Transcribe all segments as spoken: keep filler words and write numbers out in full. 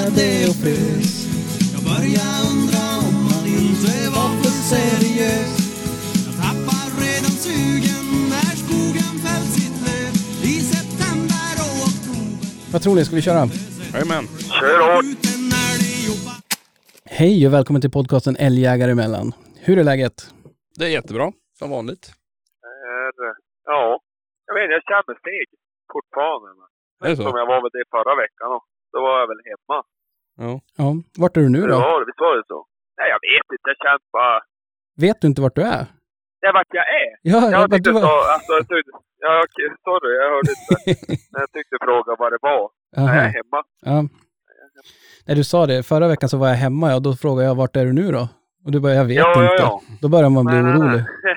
började och frös. Jag började undra om man inte var för seriös. Jag tappar redan sugen när skogen fällt sitt löv i september och oktober. Vad tror ni? Ska vi köra? Jajamän. Kör hårt. Hej och välkommen till podcasten Älgjägare emellan. Hur är läget? Det är jättebra, som vanligt. Är, ja, jag vet jag känner steg fortfarande. Är det så? Som jag var väl det förra veckan då. Då var jag väl hemma. Ja. Ja, vart är du nu Det då? var det, visst var det så? Nej, jag vet inte. Jag känner bara... Vet du inte vart du är? Det är vart jag är. Ja, Jag jag, tyckte du var... så... Alltså, jag tyckte... Ja, okej, sorry. Jag hörde inte. Men jag tyckte fråga vad det var. Aha. Nej, jag är hemma. Ja. Nej, du sa det. Förra veckan så var jag hemma och då frågade jag vart är du nu då? Och du bara, jag vet Ja, ja, inte. ja. Då börjar man bli Nej, nej, orolig. nej.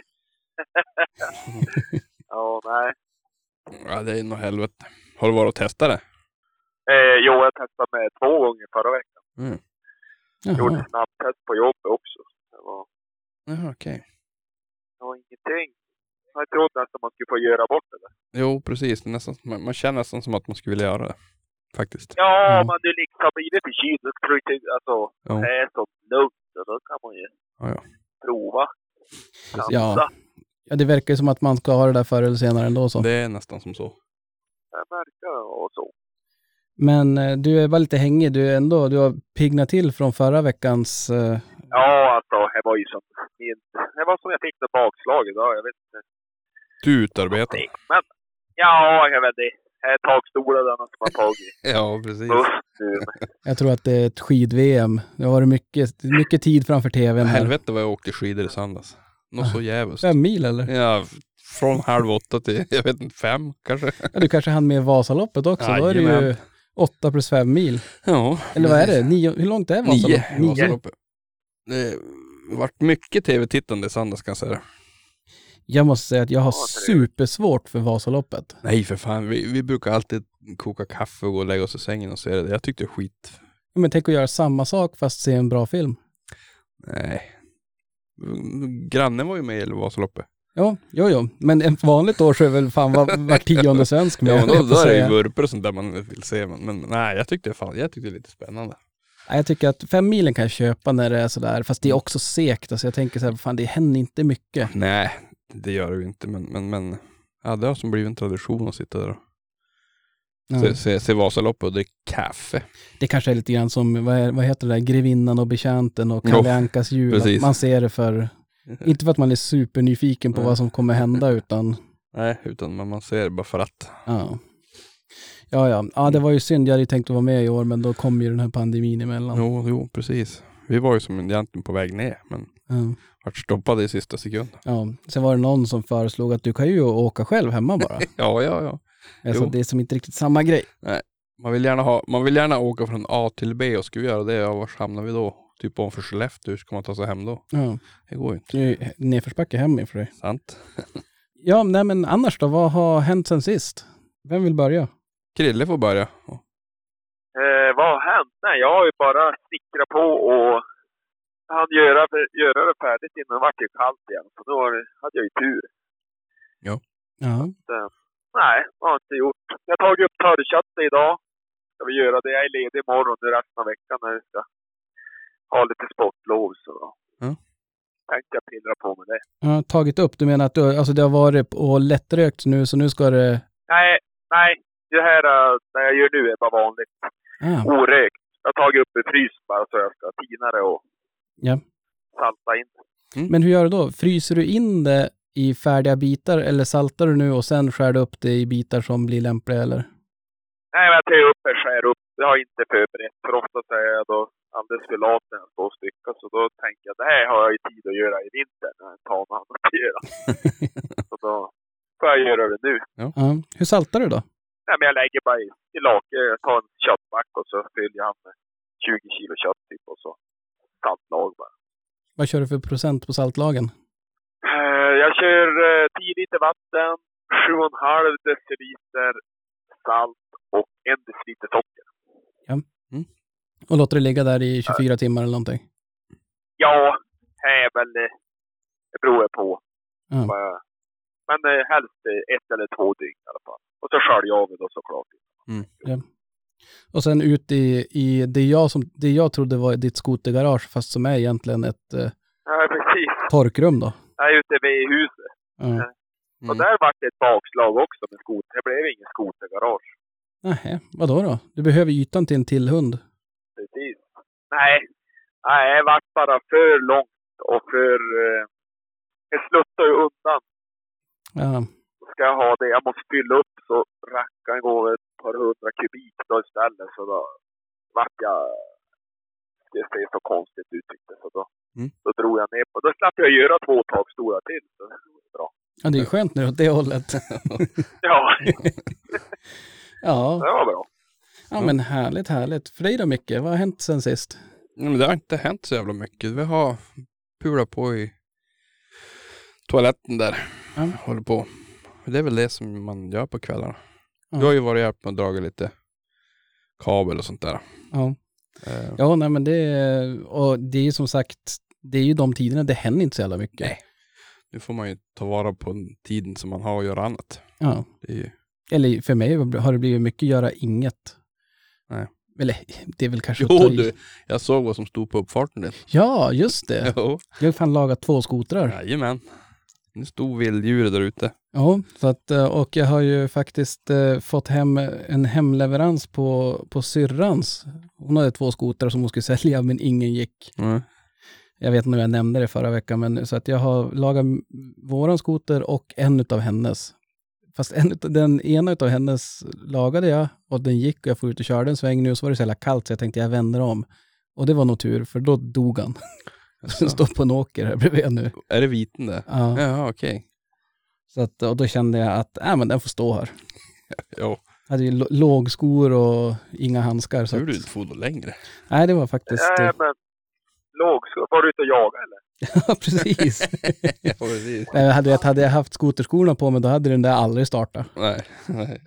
Ja, nej. Ja, det är nog helvete. Har du varit och testat det? Eh, jo, jag testade med två gånger förra veckan. Mm. Gjorde Jaha. snabbtest på jobbet också. Det var... Jaha, okej. Det var ingenting. Jag trodde nästan man skulle få göra bort det där. Jo, precis. Det är nästan, man, man känner nästan som att man skulle vilja göra det. Faktiskt. Ja, Mm. men det liksom blir det förkyld. Jag tror inte, alltså, Ja. det är så lugnt. Och då kan man ju Ja, ja. prova. Ja. Chansa. Ja, det verkar ju som att man ska ha det där förr eller senare ändå så. Det är nästan som så. Det verkar och så. Men eh, du är bara lite hängig. Du är ändå, du har piggnat till från förra veckans... Eh... Ja, alltså, det var ju som min, det var som jag fick det bakslag idag. Jag vet inte. Du utarbetar. Men, ja, jag vet det. Det är takstolarna som har tagit. Ja, precis. Uff, nu. Jag tror att det är ett skid-V M. Det har varit mycket, mycket tid framför tvn här. Helvete vad jag åkte skidor i söndags. Något så jävligt. Fem mil eller? Ja, från halv åtta till, jag vet inte, fem kanske. Ja, du kanske hann med Vasaloppet också. Då är det ju Jajamän. åtta plus fem mil. Ja. Eller vad är det? Nio, hur långt är Vasaloppet? Nio. Vasaloppet. Det vart mycket tv-tittande i söndags kan jag säga. Jag måste säga att jag har Ja, trevligt. supersvårt för Vasaloppet. Nej för fan, vi, vi brukar alltid koka kaffe och gå och lägga oss i sängen och se det. Jag tyckte det var skit. Men tänk att göra samma sak fast se en bra film. Nej. Grannen var ju med i Vasaloppet. Ja, jo, jo. Men en vanligt år så är väl fan var, var tionde svensk med. Ja, men då, jag får då är det ju säga. vurper och sånt där man vill se. Men, men nej, jag tyckte, fan, jag tyckte det är lite spännande. Ja, jag tycker att fem milen kan jag köpa när det är sådär. Fast det är också segt. Alltså jag tänker så här, fan det händer inte mycket. Nej, det gör det ju inte. Men, men, men ja, det har som blivit en tradition att sitta där och Ja. se, se, se Vasaloppet och dricka kaffe. Det kanske är lite grann som, vad, är, vad heter det där, Grevinnan och Betjänten och Kalle Jo, Ankas jul. precis. Man ser det för, inte för att man är supernyfiken på Nej. vad som kommer hända utan, Nej, utan man, man ser det bara för att. ja. Ja, ja. Ja, det var ju synd. Jag hade ju tänkt att vara med i år, men då kom ju den här pandemin emellan. Jo, jo, precis. Vi var ju som egentligen på väg ner, men Ja. vart stoppade i sista sekunden. Ja. Sen var det någon som föreslog att du kan ju åka själv hemma bara. Ja, ja, ja. Alltså, Jo. det är som inte riktigt samma grej. Man vill gärna ha, man vill gärna åka från A till B och ska vi göra det, ja, var hamnar vi då? Typ om för Skellefteå, hur ska man ta sig hem då? Ja. Det går ju inte. Det är ju nedförsbacke hem inför dig. Sant? Ja, nej men annars då? Vad har hänt sen sist? Vem vill börja? Krille får börja. Eh, vad har hänt? Nej, jag har ju bara snickrat på och han göra, göra det färdigt innan det vart ju kallt igen. Så då var det, hade jag ju tur. Ja. Eh, nej, det har jag inte gjort. Jag har tagit upp törrköttet idag. Ska vi göra det? Jag är ledig imorgon nu resten av veckan när vi ska ha lite sportlov. Så då Ja. tänkte jag pillra på med det. Jag har tagit upp, du menar att du, alltså det har varit och lättrökt nu så nu ska det... Nej, nej. Det här uh, det jag gör nu är bara vanligt. Ah, Orökt. Jag har tagit upp i frysen bara så jag ska tina det och ja. salta in. Men hur gör du då? Fryser du in det i färdiga bitar eller saltar du nu och sen skär du upp det i bitar som blir lämpliga eller? Nej, men jag tar upp och skär upp. Jag har inte förberett. För ofta så är jag då alldeles för lat när jag står och styckar. Så då tänker jag, det här har jag ju tid att göra i vinter när jag tar något annat att göra. Så då får jag göra det nu. Ja. Hur saltar du då? Nej, men jag lägger bara i, i lake. Jag tar en köttback och så fyller jag med tjugo kilo kött typ och så saltlag bara. Vad kör du för procent på saltlagen? Uh, jag kör uh, tio liter vatten, sju komma fem deciliter salt och en deciliter socker. Ja. Mm. Och låter det ligga där i tjugofyra uh. timmar eller någonting? Ja, det är väl, det beror på. Uh. Men uh, helst ett eller två dygn i alla fall. Och så sköljer jag av det då såklart. Mm. Ja. Och sen ut i, i det, jag som, det jag trodde var ditt skotergarage, fast som är egentligen ett eh, Ja, precis. torkrum då. Jag är ute vid huset. Ja. Mm. Och där var det ett bakslag också med skoter. Det blev ingen skotergarage. Nej, vadå då? Du behöver ytan till en till hund. Precis. Nej, nej, det vart bara för långt och för... Eh, det sluttar ju undan. Ja. Ska jag ha det, jag måste fylla upp så rackarn går ett par hundra kubik då istället. Så då vart jag... Det ser så konstigt ut tyckte så då. Mm. Då drog jag ner på. Då slapp jag göra två takstora till. Så det var bra. Ja, det är skönt nu åt det hållet. Ja, Ja. det var bra. Ja, men härligt, härligt. För dig då, Micke, vad har hänt sen sist? Ja, men det har inte hänt så jävla mycket. Vi har pulat på i toaletten där. Ja. Håller på. Det är väl det som man gör på kvällarna. Ja. Du har ju varit hjälp med att dra lite kabel och sånt där. Ja. Eh, Ja, nej men det är, och det är ju som sagt, det är ju de tiderna, det händer inte så jävla mycket. Nej. Nu får man ju ta vara på tiden som man har att göra annat. Ja. Det är ju... Eller för mig har det blivit mycket göra inget. Nej. Eller det är väl kanske Jo att ta i. du, jag såg vad som stod på uppfarten din. Ja, just det. Jo. Jag har fan lagat två skotrar. Jajamän. Nu stod vilddjuret där ute. Ja, så att, och jag har ju faktiskt eh, fått hem en hemleverans på, på syrrans. Hon hade två skotrar som hon skulle sälja, men ingen gick. Mm. Jag vet inte om jag nämnde det förra veckan, men så att jag har lagat våran skoter och en utav hennes. Fast en utav, den ena utav hennes lagade jag och den gick och jag får ut och körde en sväng nu och så var det så jävla kallt så jag tänkte jag vänder om. Och det var nog tur, för då dog han. Den står på en åker här bredvid nu. Är det viten där? Ja. Ja, okej. Så att, och då kände jag att äh, men den får stå här. Jo. Jag hade ju l- lågskor och inga handskar. Så Tur du att, inte får då längre. nej, det var faktiskt... Nej, men låg, så var du ute och jaga eller? Ja, precis. Ja, precis. Nej, hade, jag, hade jag haft skoterskorna på mig, då hade den där aldrig startat. Nej, nej.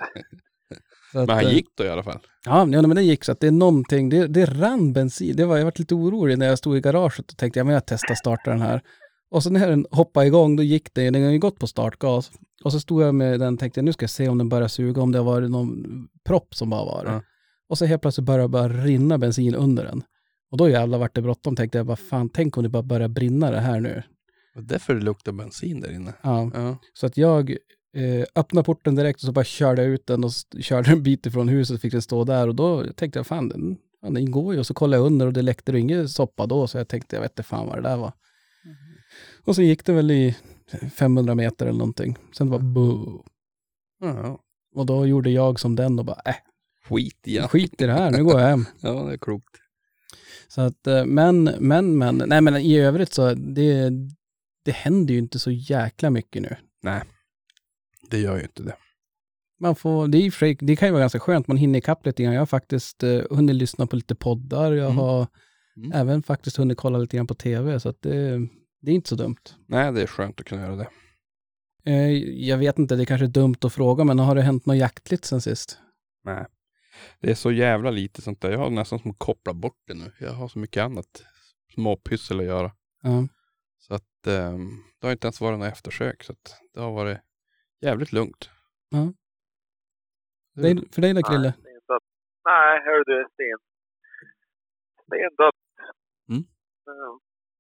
Så att, Men han eh, gick då i alla fall. Ja, ja, men det gick så att det är någonting, det, det rann bensin. Det var, jag var lite orolig när jag stod i garaget och tänkte, ja men jag testar starta den här. Och så när den hoppade igång, då gick det, den har ju gått på startgas. Och så stod jag med den och tänkte, nu ska jag se om den börjar suga, om det var någon propp som bara var det. Ja. Och så helt plötsligt började det bara rinna bensin under den. Och då jävlar vart det bråttom, tänkte jag, bara fan, tänk om det bara börjar brinna det här nu. Och därför det luktar bensin där inne. Ja, Ja. så att jag eh, öppnade porten direkt och så bara körde jag ut den och st- körde en bit ifrån huset och fick den stå där. Och då tänkte jag, fan den, fan, den går ju. Och så kollade jag under och det läckte ingen soppa då. Så jag tänkte, jag vet inte fan vad det där var. Mm. Och så gick det väl i femhundra meter eller någonting. Sen var boo. Ja. Och då gjorde jag som den och bara, äh, Skit igen. skit i det här, nu går jag hem. Ja, det är klokt. Så att, eh, men, men, men, nej men i övrigt så, det, det händer ju inte så jäkla mycket nu. Nej, det gör ju inte det. Man får, det, är i och för sig, det kan ju vara ganska skönt, man hinner ikapp lite grann. Jag har faktiskt eh, hunnit lyssna på lite poddar, jag Mm. har Mm. även faktiskt hunnit kolla lite grann på tv, så att det, det är inte så dumt. Nej, det är skönt att kunna göra det. Eh, jag vet inte, det är kanske är dumt att fråga, men har det hänt något jaktligt sen sist? Nej. Det är så jävla lite sånt där. Jag har nästan som kopplat bort det nu. Jag har så mycket annat småpyssel att göra. Ja. Så att eh, det har inte ens varit några eftersök. Så att det har varit jävligt lugnt. Ja. Det- Det, för dig då, Krille? Nej, stendött. Nej, hör du, sten. Stendött. Mm. Ja.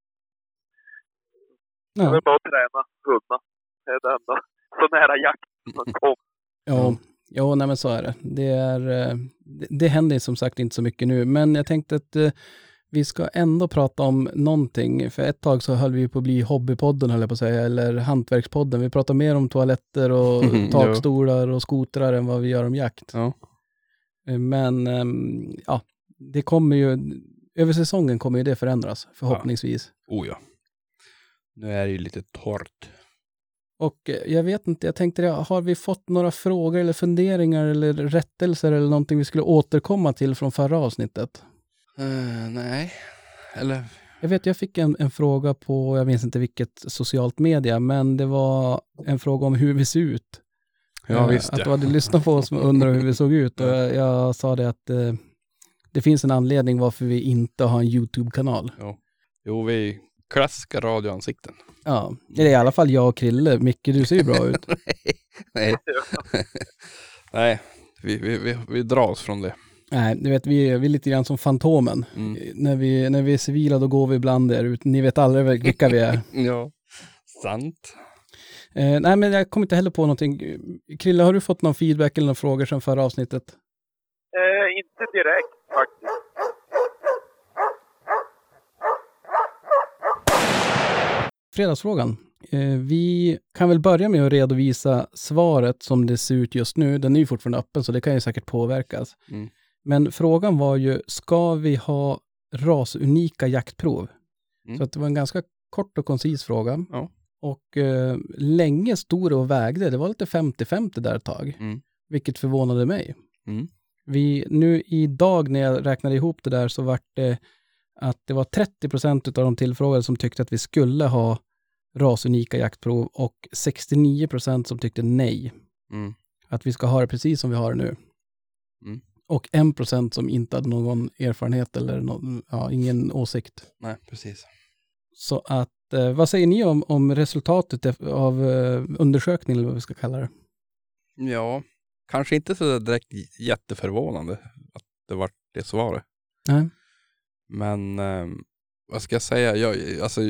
Jag Ja. vill bara träna hundar. Det är det enda. Så nära jakt man kom. Ja, ja nej, men så är det. Det, är, eh, det, det händer som sagt inte så mycket nu, men jag tänkte att eh, vi ska ändå prata om någonting. För ett tag så höll vi på att bli hobbypodden, höll jag på att säga, eller hantverkspodden. Vi pratar mer om toaletter och Mm, takstolar och skotrar än vad vi gör om jakt. Ja. Eh, Men ehm, ja, det kommer ju, över säsongen kommer ju det förändras, förhoppningsvis. Oh ja. Nu är det ju lite torrt. Och eh, jag vet inte, jag tänkte, har vi fått några frågor eller funderingar eller rättelser eller någonting vi skulle återkomma till från förra avsnittet? Uh, nej. Eller... Jag vet, jag fick en, en fråga på, jag minns inte vilket socialt media, men det var en fråga om hur vi ser ut. Ja, Eh, visst Att ja. du hade lyssnat på oss och undrar hur vi såg ut. Och jag, jag sa det att eh, det finns en anledning varför vi inte har en YouTube-kanal. Jo. jo, vi är klassiska radioansikten. Ja, det är i alla fall jag och Krille. Micke, du ser ju bra ut. Nej. Nej. Nej, vi, vi, vi, vi drar oss från det. Nej, du vet, vi är, vi är lite grann som Fantomen. Mm. När, vi, när vi är civila, då går vi ibland där ut. Ni vet aldrig vilka vi är. Ja, sant. Eh, nej, men jag kommer inte heller på någonting. Krille, har du fått någon feedback eller några frågor sedan förra avsnittet? Eh, inte direkt faktiskt. Fredagsfrågan. Eh, vi kan väl börja med att redovisa svaret som det ser ut just nu. Den är ju fortfarande öppen, så det kan ju säkert påverkas. Mm. Men frågan var ju, ska vi ha rasunika jaktprov? Mm. Så att det var en ganska kort och koncis fråga. Ja. Och eh, länge stod det och vägde. Det var lite femtio femtio där ett tag. Mm. Vilket förvånade mig. Mm. Vi, nu idag när jag räknade ihop det där så var det att det var trettio procent av de tillfrågade som tyckte att vi skulle ha rasunika jaktprov och sextionio procent som tyckte nej. Mm. Att vi ska ha det precis som vi har det nu. Mm. Och en procent som inte hade någon erfarenhet eller någon, ja, ingen åsikt. Nej, precis. Så att, eh, vad säger ni om, om resultatet av eh, undersökningen eller vad vi ska kalla det? Ja, kanske inte så direkt jätteförvånande att det var det svaret. Nej. Men eh, vad ska jag säga? Jag, alltså,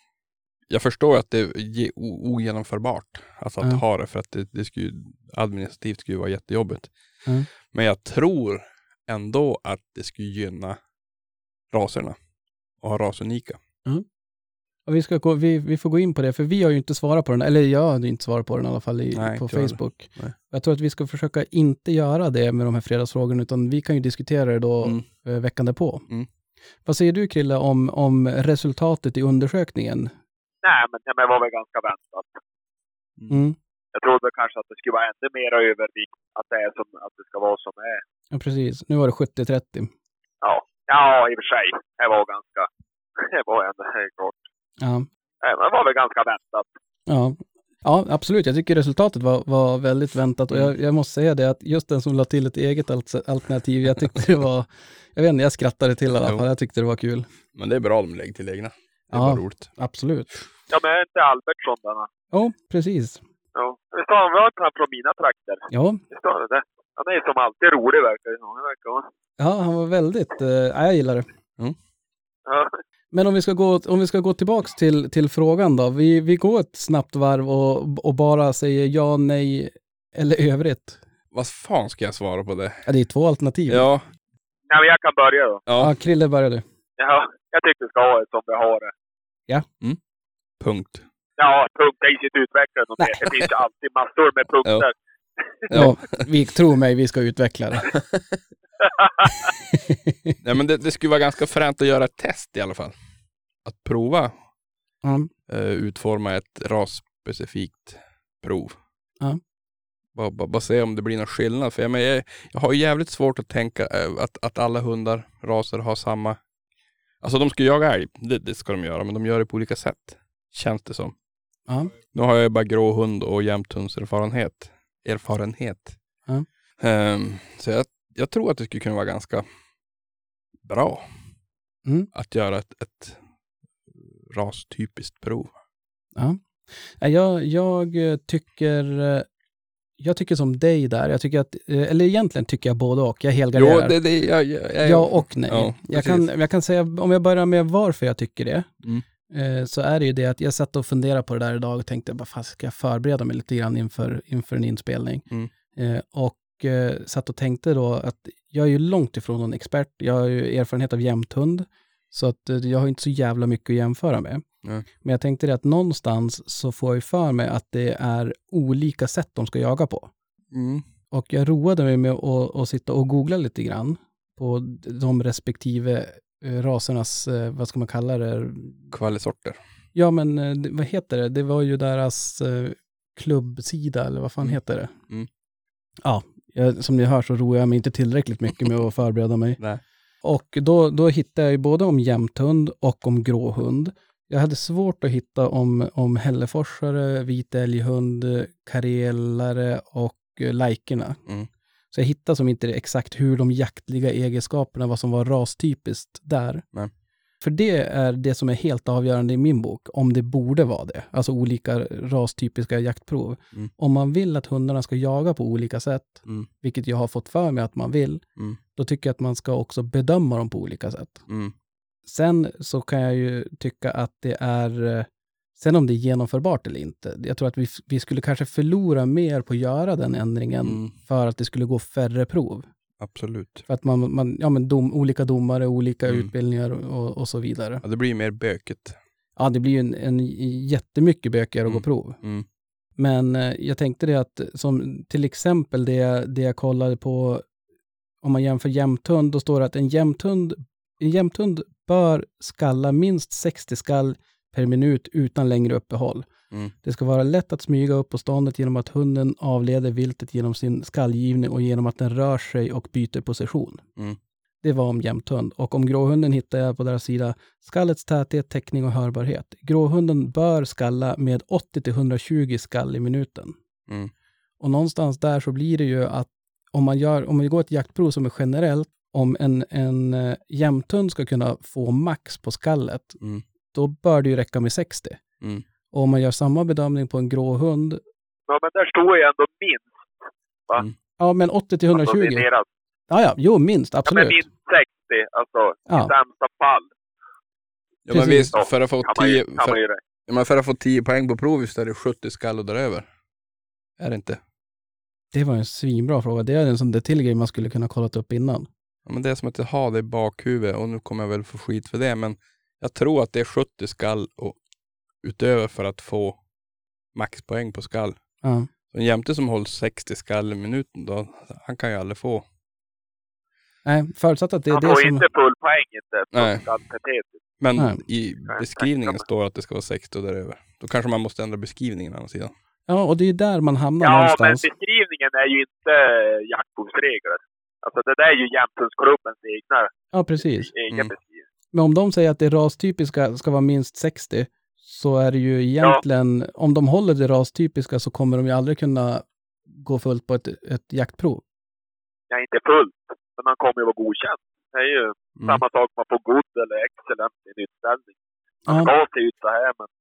jag förstår att det är ge- o- ogenomförbart alltså att Ja. ha det, för att det, det skulle, administrativt skulle vara jättejobbigt. Ja. Men jag tror ändå att det skulle gynna raserna och ha rasunika. Och vi, ska gå, vi, vi får gå in på det, för vi har ju inte svarat på den, eller jag har inte svarat på den i alla fall i, Nej, på inte jag Facebook. Nej. Jag tror att vi ska försöka inte göra det med de här fredagsfrågorna, utan vi kan ju diskutera det då Mm. eh, veckan därpå. Mm. Vad säger du, Krille, om, om resultatet i undersökningen? Nej, men det var väl ganska väntat. Mm. Jag trodde kanske att det skulle vara ännu mer övervikt. Att det, är som, att det ska vara som det är. Ja, precis. Nu var det sjuttio trettio. Ja, ja i och för sig. Det var ganska... Det var ändå helt klart. Ja. Nej, men det var väl ganska väntat. Ja. Ja, absolut. Jag tycker resultatet var, var väldigt väntat. Och jag, jag måste säga det att just den som la till ett eget alt- alternativ, jag tyckte det var... Jag vet inte, jag skrattade till i alla Jo. fall. Jag tyckte det var kul. Men det är bra de lägger till egna. Det är Ja. bara roligt. Absolut. Ja, men är inte Albertsson denna? Ja, precis. Ja. Visst har han varit här från mina trakter? Ja, Visst har det? Han är som alltid rolig verkar det som. Det verkar vara. ja han var väldigt... Eh, ja, jag gillar det. Ja. Men om vi ska gå, om vi ska gå tillbaks till, till frågan då. Vi, vi går ett snabbt varv och, och bara säger ja, nej eller övrigt. Vad fan ska jag svara på det? Ja, det är två alternativ. Ja. Ja, men jag kan börja då. Ja, Ja. Krille börjar du. Ja, jag tycker vi ska ha det som vi har det. Punkt. Ja, punkter i sitt utvecklande och det. Det finns ju alltid massor med punkter. Ja, vi tror mig, vi ska utveckla det. Nej, men det, det skulle vara ganska fränt att göra ett test i alla fall. Att prova Ja. eh, utforma ett rasspecifikt prov. Ja. Bara, bara, bara se om det blir någon skillnad. För jag, men, jag, jag har ju jävligt svårt att tänka eh, att, att alla hundar, raser har samma... Alltså de ska jaga älg, det, det ska de göra, men de gör det på olika sätt. Känns det som. Ja. Nu har jag bara grå hund och jämthundserfarenhet. Erfarenhet. Ja. Ehm, så jag, jag tror att det skulle kunna vara ganska bra Mm. att göra ett, ett rastypiskt prov. Ja. Jag, jag tycker jag tycker som dig där. Jag tycker att, eller egentligen tycker jag både och. Jag helgarderar. Jo, det, det, jag, jag, jag, Ja och nej. Ja, jag, precis. kan, jag kan säga, om jag börjar med varför jag tycker det, Mm. eh, så är det ju det att jag satt och funderade på det där idag och tänkte, vad fan ska jag förbereda mig lite grann inför, inför en inspelning? Mm. Eh, och eh, satt och tänkte då att jag är ju långt ifrån någon expert. Jag har ju erfarenhet av jämthund, så att eh, jag har inte så jävla mycket att jämföra med. Mm. Men jag tänkte det att någonstans så får jag för mig att det är olika sätt de ska jaga på. Mm. Och jag roade mig med att, att sitta och googla lite grann på de respektive eh, rasernas, eh, vad ska man kalla det? Kvalisorter. Ja, men eh, det- vad heter det? Det var ju deras eh, klubbsida, eller vad fan Mm. heter det? Mm. Ja, jag, som ni hör så roar jag mig inte tillräckligt mycket med att förbereda mig. Nej. Och då, då hittade jag ju både om jämthund och om gråhund. Jag hade svårt att hitta om, om hälleforsare, vitälghund, karelare och eh, lajkerna. Mm. Så jag hittade som inte exakt hur de jaktliga egenskaperna, vad som var rastypiskt där. Nej. För det är det som är helt avgörande i min bok, om det borde vara det. Alltså olika rastypiska jaktprov. Mm. Om man vill att hundarna ska jaga på olika sätt, Mm. vilket jag har fått för mig att man vill, Mm. då tycker jag att man ska också bedöma dem på olika sätt. Mm. Sen så kan jag ju tycka att det är, sen om det är genomförbart eller inte, jag tror att vi, vi skulle kanske förlora mer på att göra den ändringen Mm. för att det skulle gå färre prov. Absolut. För att man, man ja men dom, olika domare, olika Mm. utbildningar och, och så vidare. Ja, det blir mer böket. Ja, det blir ju en, en jättemycket bökigare att Mm. gå prov. Mm. Men eh, jag tänkte det att, som till exempel det, det jag kollade på, om man jämför jämthund, då står det att en jämthund, en jämthund bör skalla minst sextio skall per minut utan längre uppehåll. Mm. Det ska vara lätt att smyga upp på ståndet genom att hunden avleder viltet genom sin skallgivning och genom att den rör sig och byter position. Mm. Det var om jämthund. Och om gråhunden hittar jag på deras sida skallets täthet, täckning och hörbarhet. Gråhunden bör skalla med åttio till hundratjugo skall i minuten. Mm. Och någonstans där så blir det ju att om man gör, om man går ett jaktprov som är generellt, om en, en uh, jämthund ska kunna få max på skallet, Mm. då bör det ju räcka med sextio. Mm. Och om man gör samma bedömning på en gråhund, Ja, men där står ju ändå minst. Va? Mm. ja men åttio till Alltså, det hundratjugo. är deras. Ja, ja, jo minst, Ja, absolut. men minst sextio, alltså Ja. i sämsta fall. Ja, men Precis. visst, för att få Kan man ju, tio, kan man för, ju det. ja, men för att få tio poäng på prov så är det sjuttio skall och däröver. Är det inte? Det var en svinbra fråga. Det är en sån där till grej man skulle kunna kollat upp innan. Ja, men det är som att jag har det i bakhuvudet och nu kommer jag väl få skit för det, men jag tror att det är sjuttio skall och utöver för att få maxpoäng på skall. Ja. Så en jämte som håller sextio skall i minuten då, han kan ju aldrig få. Nej, förutsatt att det är Han det får som... inte full poäng inte. Nej. För skalltäthet. Men Nej. i beskrivningen står att det ska vara sextio och däröver. Då kanske man måste ändra beskrivningen å andra sidan. Ja, och det är där man hamnar Ja, men någonstans. beskrivningen är ju inte jaktboksregler. Alltså det där är ju jämthundsklubbens egna Ja, precis. egen Mm. beskrivning. Men om de säger att det rastypiska ska vara minst sextio, så är det ju egentligen, om de håller det rastypiska så kommer de ju aldrig kunna gå fullt på ett, ett jaktprov. Ja, inte fullt, men man kommer ju vara godkänd. Det är ju Mm. samma sak man får god eller excellent i en utställning. Man Ja. ska se ut så här, men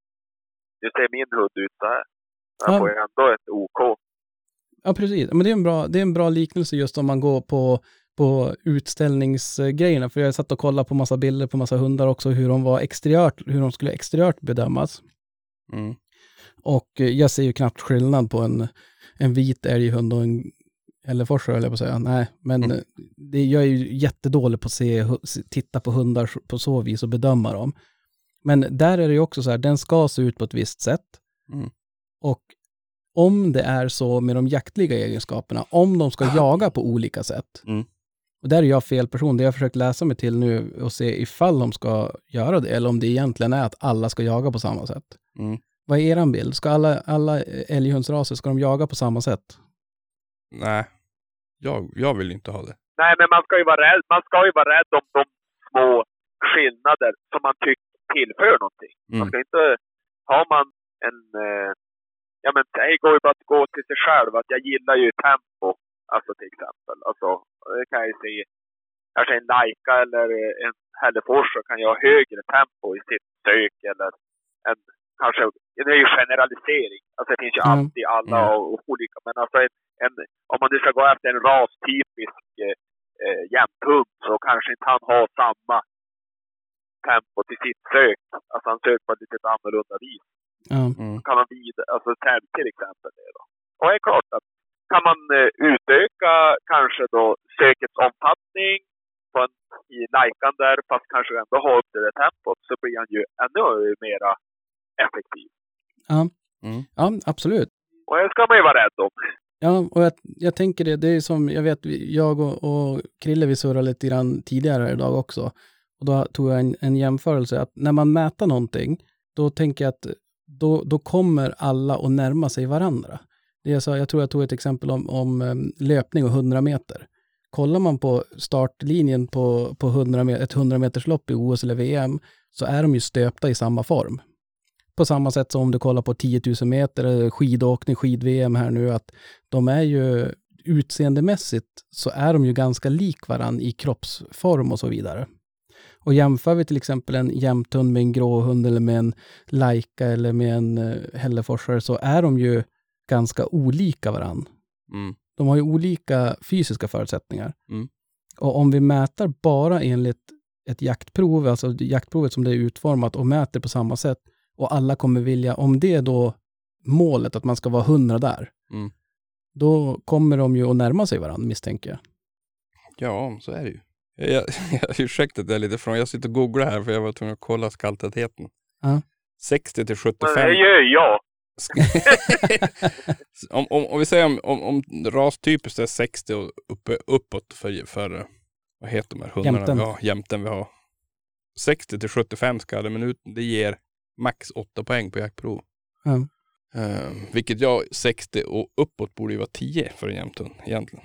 nu ser min hund ut så här. Jag Ja. får ju ändå ett OK. Ja, precis. Men det är en bra, det är en bra liknelse just om man går på, på utställningsgrejerna. För jag satt och kollade på massa bilder på massa hundar också, hur de var exteriört, hur de skulle exteriört bedömas. Mm. Och eh, jag ser ju knappt skillnad på en, en vit älghund och en hällefors, höll jag på att säga. Nej, men Mm. eh, det, jag är ju jättedålig på att se, hu- se- titta på hundar på så vis och bedöma dem. Men där är det ju också så här, den ska se ut på ett visst sätt. Mm. Och om det är så med de jaktliga egenskaperna, om de ska jaga på olika sätt. Mm. Och där är jag fel person. Det jag har försökt läsa mig till nu och se ifall de ska göra det, eller om det egentligen är att alla ska jaga på samma sätt. Mm. Vad är eran bild? Ska alla, alla älghundsraser, ska de jaga på samma sätt? Nej, jag, jag vill inte ha det. Nej, men man ska ju vara rädd, man ska ju vara rädd om de små skillnader som man tycker tillför någonting. Man Mm. ska inte, har man en, eh, ja men det går ju bara att gå till sig själv, att jag gillar ju tempo, alltså till exempel. Alltså, det kan jag ju se, kanske en Laika eller en Hällefors kan ju ha högre tempo i sitt sök, eller en, kanske, det är ju generalisering, alltså det finns ju Mm. alltid alla Mm. och, och olika, men alltså en, en, om man nu ska gå efter en rastypisk eh, eh, jämthund så kanske inte han har samma tempo till sitt sök. Alltså han söker på ett lite annorlunda vis. Ja. Mm. Kan man vid, alltså till, till exempel det då. Och det är klart att kan man eh, utöka kanske då sökets omfattning på en, i Laikan där, fast kanske ändå ha upp det där tempot, så blir han ju ännu mera effektiv. Ja. Mm. Ja, absolut. Och det ska man ju vara rädd om. Ja, och jag, jag tänker det, det är som, jag vet, jag och, och Krille, vi surrade lite grann tidigare idag också. Och då tog jag en, en jämförelse att när man mäter någonting, då tänker jag att då, då kommer alla att närma sig varandra. Det är så, jag tror jag tog ett exempel om, om um, löpning och hundra meter. Kollar man på startlinjen på, på hundra, ett hundra meters lopp i O S eller V M, så är de ju stöpta i samma form. På samma sätt som om du kollar på tio tusen meter skidåkning, skid-V M här nu, att de är ju utseendemässigt så är de ju ganska lik varann i kroppsform och så vidare. Och jämför vi till exempel en jämthund med en gråhund eller med en Laika eller med en uh, Hälleforsare så är de ju ganska olika varann. Mm. De har ju olika fysiska förutsättningar. Mm. Och om vi mäter bara enligt ett jaktprov, alltså jaktprovet som det är utformat och mäter på samma sätt och alla kommer vilja, om det är då målet att man ska vara hundra där, Mm. då kommer de ju att närma sig varandra, misstänker jag. Ja, så är det ju. Jag, jag, jag ursäkta det lite från, jag sitter och googlar här för jag var tvungen att kolla skalltätheten. Ja. sextio till Men sjuttiofem. det gör jag. om, om, om vi säger om, om, om rastypiskt är sextio och uppe, uppåt för, för vad heter de här hundarna Jämten. vi har, jämten vi har. sextio till sjuttiofem skallar minuten, det ger max åtta poäng på jaktprov. Ja. Uh, vilket jag, sextio och uppåt borde ju vara tio för en jämthund egentligen.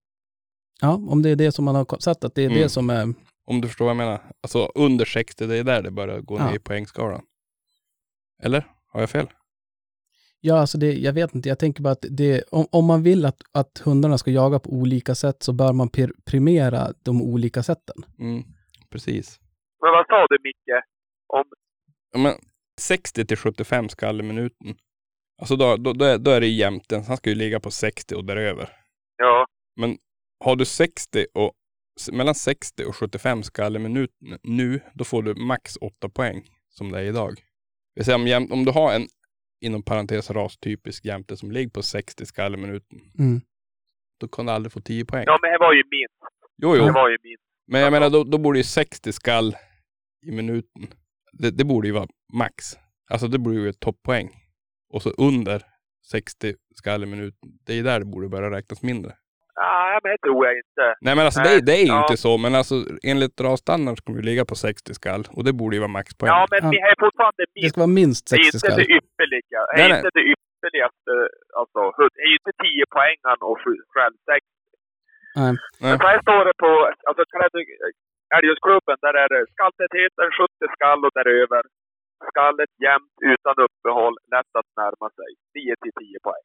Ja, om det är det som man har satt, att det är Mm. det som är... Om du förstår vad jag menar. Alltså under sextio, det är där det börjar gå Ja. ner i poängskalan. Eller? Har jag fel? Ja, alltså det, jag vet inte, jag tänker bara att det, om, om man vill att, att hundarna ska jaga på olika sätt så bör man per, primera de olika sätten. Mm, precis. Men vad sa du, Micke? Om... Ja, men sextio till sjuttiofem skallar minuten. Alltså då, då, då, är, då är det jämten. Han ska ju ligga på sextio och däröver. Ja. Men har du sextio och mellan sextio och sjuttiofem skallar minuten nu, då får du max åtta poäng som det är idag. Jag säger om, jämt, om du har en inom parentes rastypisk jämte som ligger på sextio skallar minuten, Mm. då kan du aldrig få tio poäng. Ja, men det var ju minst. Jo, jo. Det var ju minst. Men jag menar, då, då borde ju sextio skall i minuten. Det, det borde ju vara max. Alltså det borde ju vara ett topppoäng. Och så under sextio skall i minuten. Det är där det borde börja räknas mindre. Nej, men det tror jag inte. Nej, men alltså Nej, det, det är ju ja. inte så. Men alltså enligt rasstandard ska vi ligga på sextio skall. Och det borde ju vara maxpoäng. Ja, men Ja. vi är fortfarande Det minst. ska vara minst Det är sextio inte skall. det ypperliga. Det Nej, är nej. inte det ypperligaste. Alltså, det är ju inte tio poängen och själv sextio. Nej. Nej. Men så här står det på, alltså Älghundsklubben, där är det skalltätheten sjuttio skall och däröver. Skallet jämnt utan uppehåll, lätt att närma sig. nio till tio poäng.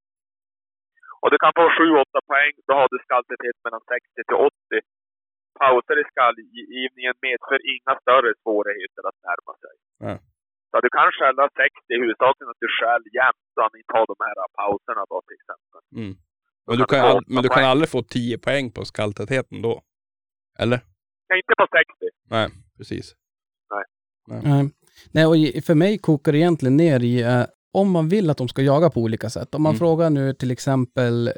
Och du kan få sju åtta poäng, då har du skalltäthet mellan sextio till åttio. Pauser i skallgivningen medför inga större svårigheter att närma sig. Ja. Så du kan skälla sextio, i huvudsaken att du skäll jämt så att ni tar de här pauserna då till exempel. Mm. Men, du kan, all, men du kan aldrig få tio poäng på skalltätheten då? Eller? Nej, inte på sextio. Nej, precis. Nej. Nej, och i- för mig kokar det egentligen ner i eh, om man vill att de ska jaga på olika sätt. Om man Mm. frågar nu till exempel eh,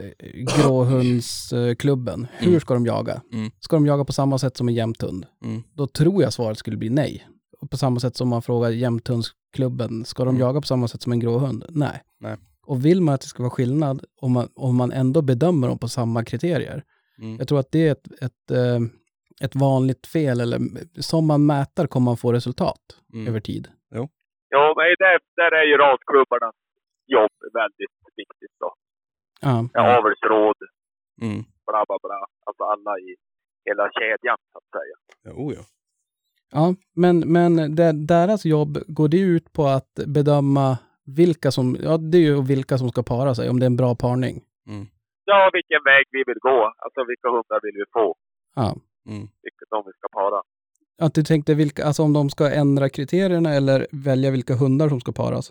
gråhundsklubben, hur Mm. ska de jaga? Mm. Ska de jaga på samma sätt som en jämthund? Mm. Då tror jag svaret skulle bli nej. Och på samma sätt som man frågar jämthundsklubben, ska de Mm. jaga på samma sätt som en gråhund? Nej. Nej. Och vill man att det ska vara skillnad om man, om man ändå bedömer dem på samma kriterier? Mm. Jag tror att det är ett, ett, eh, ett vanligt fel, eller som man mäter kommer man få resultat Mm. över tid. Ja, men där, där är ju rasklubbarnas jobb väldigt viktigt då. Ja. Ja, avelsråd, Mm. bla bla bla. Alltså alla i hela kedjan så att säga. Jo, ja. Ja, men, men det, deras jobb, går det ut på att bedöma vilka som, ja det är ju vilka som ska para sig, om det är en bra parning. Mm. Ja, vilken väg vi vill gå. Alltså vilka hundar vill vi få. Ja. Mm. Vilket de vi ska para. Att du tänkte vilka, alltså om de ska ändra kriterierna eller välja vilka hundar som ska paras?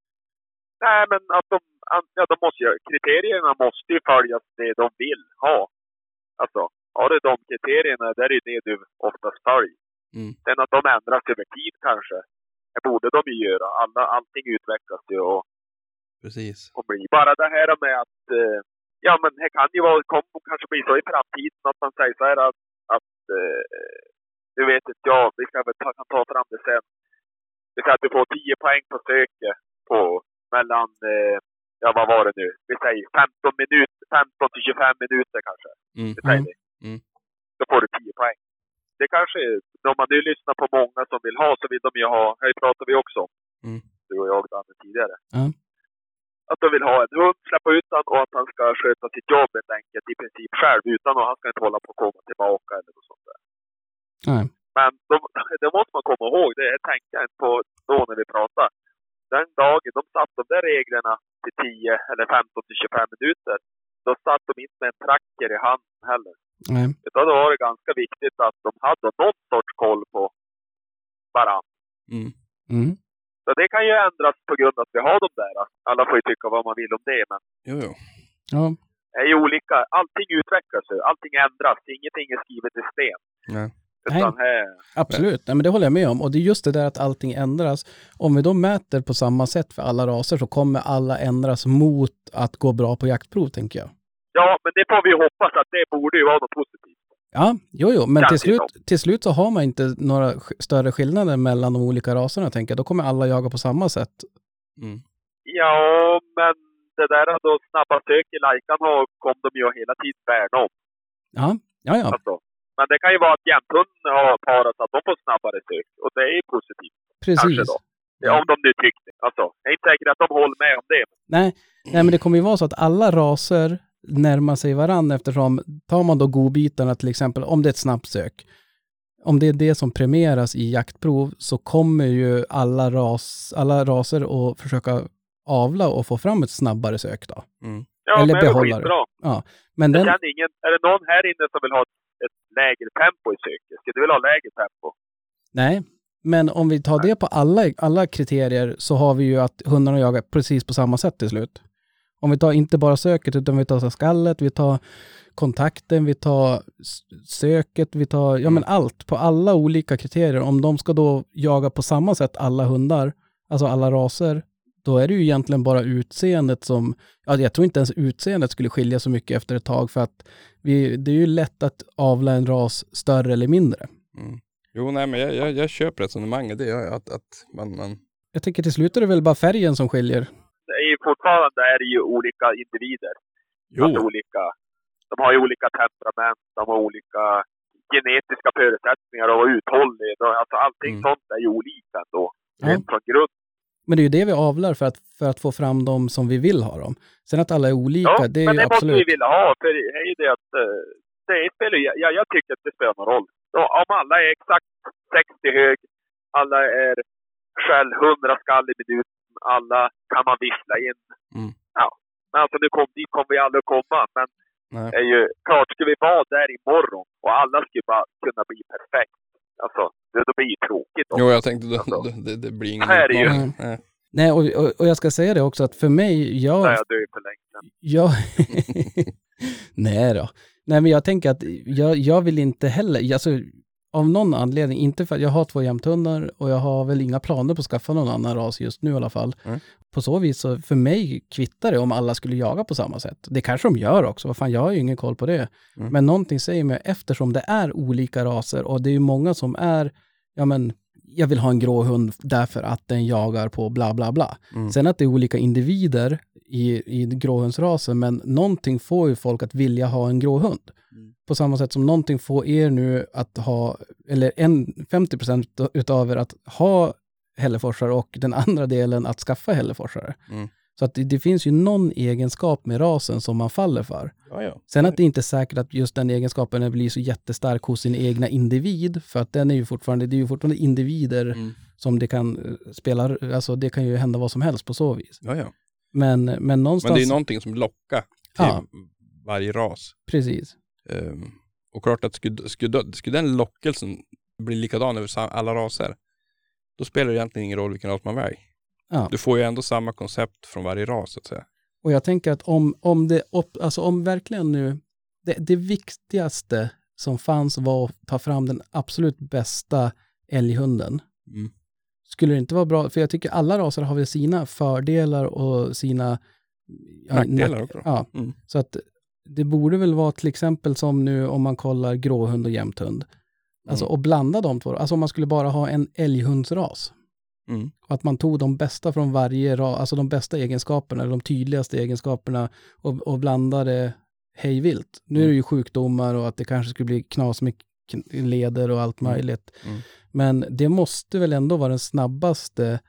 Nej, men att de, ja, de måste ju, kriterierna måste ju följas det de vill ha. Alltså, har du de kriterierna, där är det du oftast följer. Mm. Sen att de ändras över tid kanske. Det borde de ju göra. Alla, allting utvecklas ju och, Precis. och blir. Bara det här med att, eh, ja men det kan ju vara, kommer kanske bli så i framtiden att man säger så här att, att eh, du vet inte, ja, vi ska väl ta, kan ta fram det sen. Det kan att du får tio poäng på söket på mellan, eh, ja vad var det nu? Vi säger femton minuter, femton till tjugofem minuter kanske. Mm. Det säger Mm. vi. Mm. Då får du tio poäng. Det kanske, om man nu lyssnar på många som vill ha, så vill de ju ha, här pratar vi också om, Mm. du och jag Danne tidigare. Ja. Att de vill ha en hund, släppa ut den och att han ska sköta sitt jobb helt enkelt i princip själv utan att han ska inte hålla på att komma tillbaka eller något sånt där. Nej. Men då, det måste man komma ihåg, det tänker jag inte på då när vi pratar. Den dagen de satt de där reglerna till tio eller femton till tjugofem minuter, då satt de inte med en tracker i handen heller. Nej. Utan då var det ganska viktigt att de hade någon sorts koll på varandra. Mm. Mm. Så det kan ju ändras på grund av att vi har de där. Alla får ju tycka vad man vill om det, men Jo, jo. Ja. det är ju olika. Allting utvecklas ju. Allting ändras. Ingenting är skrivet i sten. Nej. Utan här, Absolut, nej, men det håller jag med om. Och det är just det där att allting ändras. Om vi då mäter på samma sätt för alla raser så kommer alla ändras mot att gå bra på jaktprov, tänker jag. ja, men det får vi ju hoppas att det borde ju vara något positivt. Ja, jo, jo, men till Kanske slut, så. till slut så har man inte några sk- större skillnader mellan de olika raserna, tänker jag. Då kommer alla jaga på samma sätt. Mm. Ja, men det där då snabba sök i Lajkan har kom de ju hela tiden värna om. Ja, ja, ja. Alltså. Men det kan ju vara att jämthunden har parat så att de får snabbare sök. Och det är ju positivt. Precis. Kanske då. Ja, om de nu tyckte. Alltså, jag är inte säker att de håller med om det. Nej, nej, men det kommer ju vara så att alla raser närmar sig varann eftersom, tar man då godbitarna till exempel, om det är ett snabbt sök, om det är det som premieras i jaktprov så kommer ju alla, ras, alla raser att försöka avla och få fram ett snabbare sök då. Mm. Ja, Eller men det är behållare. skitbra. Ja, men Jag den, känner ingen, är det någon här inne som vill ha ett, ett lägre tempo i söket? Ska du vilja ha lägre tempo? nej, men om vi tar det på alla, alla kriterier så har vi ju att hundarna jagar precis på samma sätt till slut. Om vi tar inte bara söket utan vi tar skallet, vi tar kontakten, vi tar s- söket, vi tar, ja men allt på alla olika kriterier. Om de ska då jaga på samma sätt alla hundar, alltså alla raser, då är det ju egentligen bara utseendet som, ja jag tror inte ens utseendet skulle skilja så mycket efter ett tag för att vi, det är ju lätt att avla en ras större eller mindre. Mm. Jo, nej, men jag, jag, jag köper resonemanget. Det gör jag, att, att man, man... Jag tänker till slut är det väl bara färgen som skiljer. Det är ju fortfarande är det ju olika individer. Jo. Alltså olika, de har ju olika temperament, de har olika genetiska förutsättningar och uthållighet. och Alltså allting Mm. sånt är ju olika ändå. Ja. Rent från grund. Men det är ju det vi avlar för att, för att få fram dem som vi vill ha dem. Sen att alla är olika, Ja, det är men ju det måste absolut. vi vilja ha. För det är ju det att eh, det spelar ju, ja, jag tycker att det spelar någon roll. Så om alla är exakt sextio hög, alla är själv hundra skall i minuten, alla kan man vissla in. Mm. Ja, men alltså nu kom, dit kommer vi aldrig att komma. Men Nej. är ju klart, ska vi vara där imorgon och alla skulle bara kunna bli perfekt. Alltså, det, det blir ju tråkigt också. Jo, jag tänkte det, det, det, det blir ingen Här är ju- utmaning. Nej. Nej, och, och, och jag ska säga det också att för mig, Där jag... jag dör för länge sedan. jag Nej då. Nej, men jag tänker att jag, jag vill inte heller, alltså av någon anledning, inte för att jag har två jämthundar och jag har väl inga planer på att skaffa någon annan ras just nu i alla fall. Mm. På så vis så för mig kvittar det om alla skulle jaga på samma sätt. Det kanske de gör också, vad fan, jag har ju ingen koll på det. Mm. Men någonting säger mig, eftersom det är olika raser och det är ju många som är, ja men, jag vill ha en grå hund därför att den jagar på bla bla bla. Mm. Sen att det är olika individer i, i gråhundsrasen, men någonting får ju folk att vilja ha en grå hund. Mm. På samma sätt som någonting får er nu att ha, eller en, femtio procent utav er att ha hälleforsare och den andra delen att skaffa hälleforsare. Mm. Så att det, det finns ju någon egenskap med rasen som man faller för. Ja, ja. Sen att det inte är säkert att just den egenskapen blir så jättestark hos sin egna individ, för att den är ju fortfarande, det är ju fortfarande individer Mm. som det kan eh, spela, alltså det kan ju hända vad som helst på så vis. Ja, ja. Men, men någonstans... Men det är någonting som lockar till Ja. varje ras. Precis. Um, och klart att skulle, skulle, skulle den lockelsen bli likadan över sa- alla raser, då spelar det egentligen ingen roll vilken ras man väljer. Ja. Du får ju ändå samma koncept från varje ras, så att säga. Och jag tänker att om, om det, upp, alltså om verkligen nu, det, det viktigaste som fanns var att ta fram den absolut bästa älghunden. Mm. Skulle det inte vara bra, för jag tycker alla raser har väl sina fördelar och sina ja, Nackdelar nack- också. Ja, Mm. så att det borde väl vara till exempel som nu om man kollar gråhund och jämthund. Alltså Mm. och blanda de två. Alltså om man skulle bara ha en älghundsras. Mm. Och att man tog de bästa från varje ras, alltså de bästa egenskaperna, eller de tydligaste egenskaperna och, och blandade hejvilt. Nu är det ju sjukdomar och att det kanske skulle bli knas med k- leder och allt Mm. möjligt. Mm. Men det måste väl ändå vara den snabbaste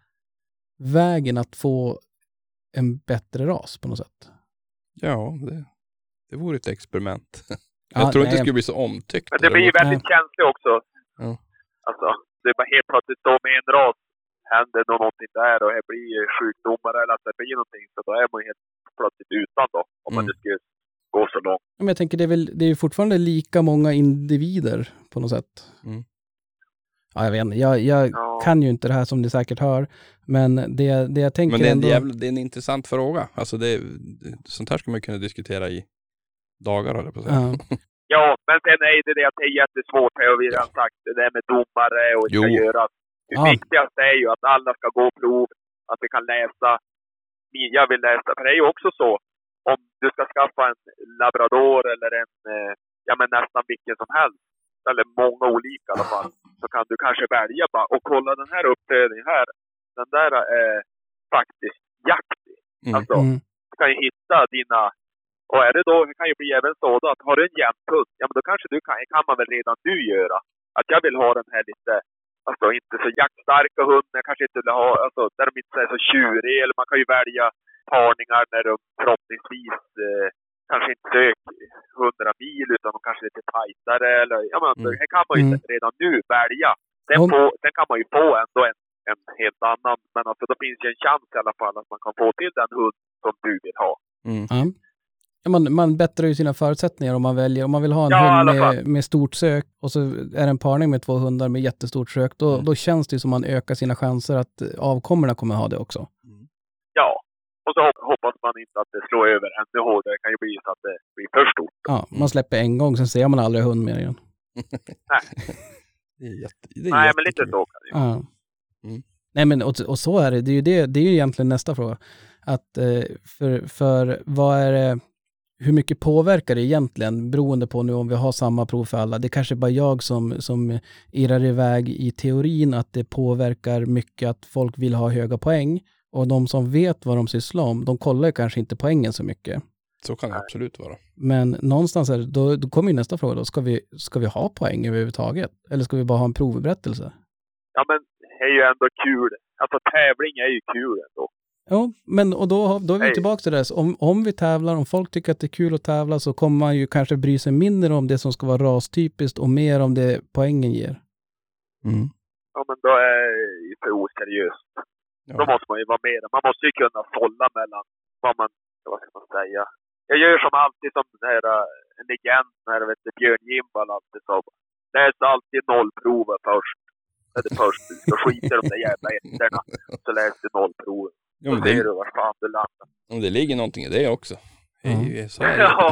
vägen att få en bättre ras på något sätt. Ja, det, det vore ett experiment. Ja, jag tror inte nej. det skulle bli så omtyckt. Men det blir ju väldigt känsligt också. Ja. Alltså, det är bara helt plötsligt då med en ras händer nog någonting där och det blir sjukdomar eller att det blir någonting, så då är man helt plötsligt utan då. Om man Mm. nu skulle gå så långt. Men jag tänker det är väl, det är ju fortfarande lika många individer på något sätt. Mm. Ja, jag vet inte. Jag, jag Ja. kan ju inte det här som ni säkert hör. Men det, det jag tänker Men det är, en ändå... jävla, det är en intressant fråga. Alltså det, sånt här ska man kunna diskutera i dagar, eller på att säga. Ja. Ja, men sen är det det att det är jättesvårt, har vi redan sagt, det där med domare och det ska Jo. göras. Det Ja. viktigaste är ju att alla ska gå prov, att vi kan läsa. Jag vill läsa, för det är ju också så, om du ska skaffa en labrador eller en, eh, ja men nästan vilken som helst, eller många olika i alla fall, så kan du kanske välja bara, och kolla den här uppfödningen här, den där är faktiskt jaktig. Mm. Alltså, Mm. du kan ju hitta dina, och är det då, det kan ju bli även så då, att har du en jämthund, ja men då kanske du kan, kan man väl redan nu göra, att jag vill ha den här lite, alltså inte så jaktstarka hunden, kanske inte vill ha, alltså där de inte är så tjuriga, eller man kan ju välja parningar när de förhoppningsvis eh, kanske inte söker hundra mil utan de kanske är lite tajtare, eller ja men Mm. här kan man ju Mm. redan nu välja. Sen, Om- få, sen kan man ju få ändå en, en helt annan, men alltså då finns ju en chans i alla fall att man kan få till den hund som du vill ha. Mm. Ja. Ja, man, man bättrar ju sina förutsättningar om man väljer. Om man vill ha en Ja, i hund alla fall. med, med stort sök och så är det en parning med två hundar med jättestort sök, då, Mm. då känns det som man ökar sina chanser att avkommorna kommer ha det också. Ja, och så hop- hoppas man inte att det slår över ännu hårdare. Det kan ju bli så att det blir för stort. Ja, man släpper en gång, sen ser man aldrig hund mer igen. Det är jätte, det är Nej, men lite jättekul. så kan det ju. Ja. Mm. Nej, men och, och så är det. Det är ju, det, det är ju egentligen nästa fråga. Att eh, för, för vad är det, hur mycket påverkar det egentligen beroende på nu om vi har samma prov för alla? Det är kanske bara jag som, som irrar iväg i teorin att det påverkar mycket att folk vill ha höga poäng. Och de som vet vad de sysslar om, de kollar kanske inte poängen så mycket. Så kan det absolut vara. Men någonstans är det, då, då kommer ju nästa fråga då. Ska vi, ska vi ha poäng överhuvudtaget? Eller ska vi bara ha en provberättelse? Ja, men det är ju ändå kul. Alltså tävling är ju kul ändå. Ja, men och då, har- då är vi Nej. tillbaka till det. Så Om, om vi tävlar, om folk tycker att det är kul att tävla, så kommer man ju kanske bry sig mindre om det som ska vara rastypiskt och mer om det poängen ger. Mm. Ja, men då är det ju för oseriöst. Då Ja. måste man ju vara med. Man måste ju kunna sålla mellan vad man, vad ska man säga. Jag gör som alltid som den här, äh, en legend när vet du, Björn Gimbal alltid sa. Läs alltid nollprover först. Det är det först. Då skiter de där jävla ettorna. Så läs du nollprover. Ja, Då men ser det, du var fan du landar. om det ligger någonting i det också. Det är ju- så är det. Ja.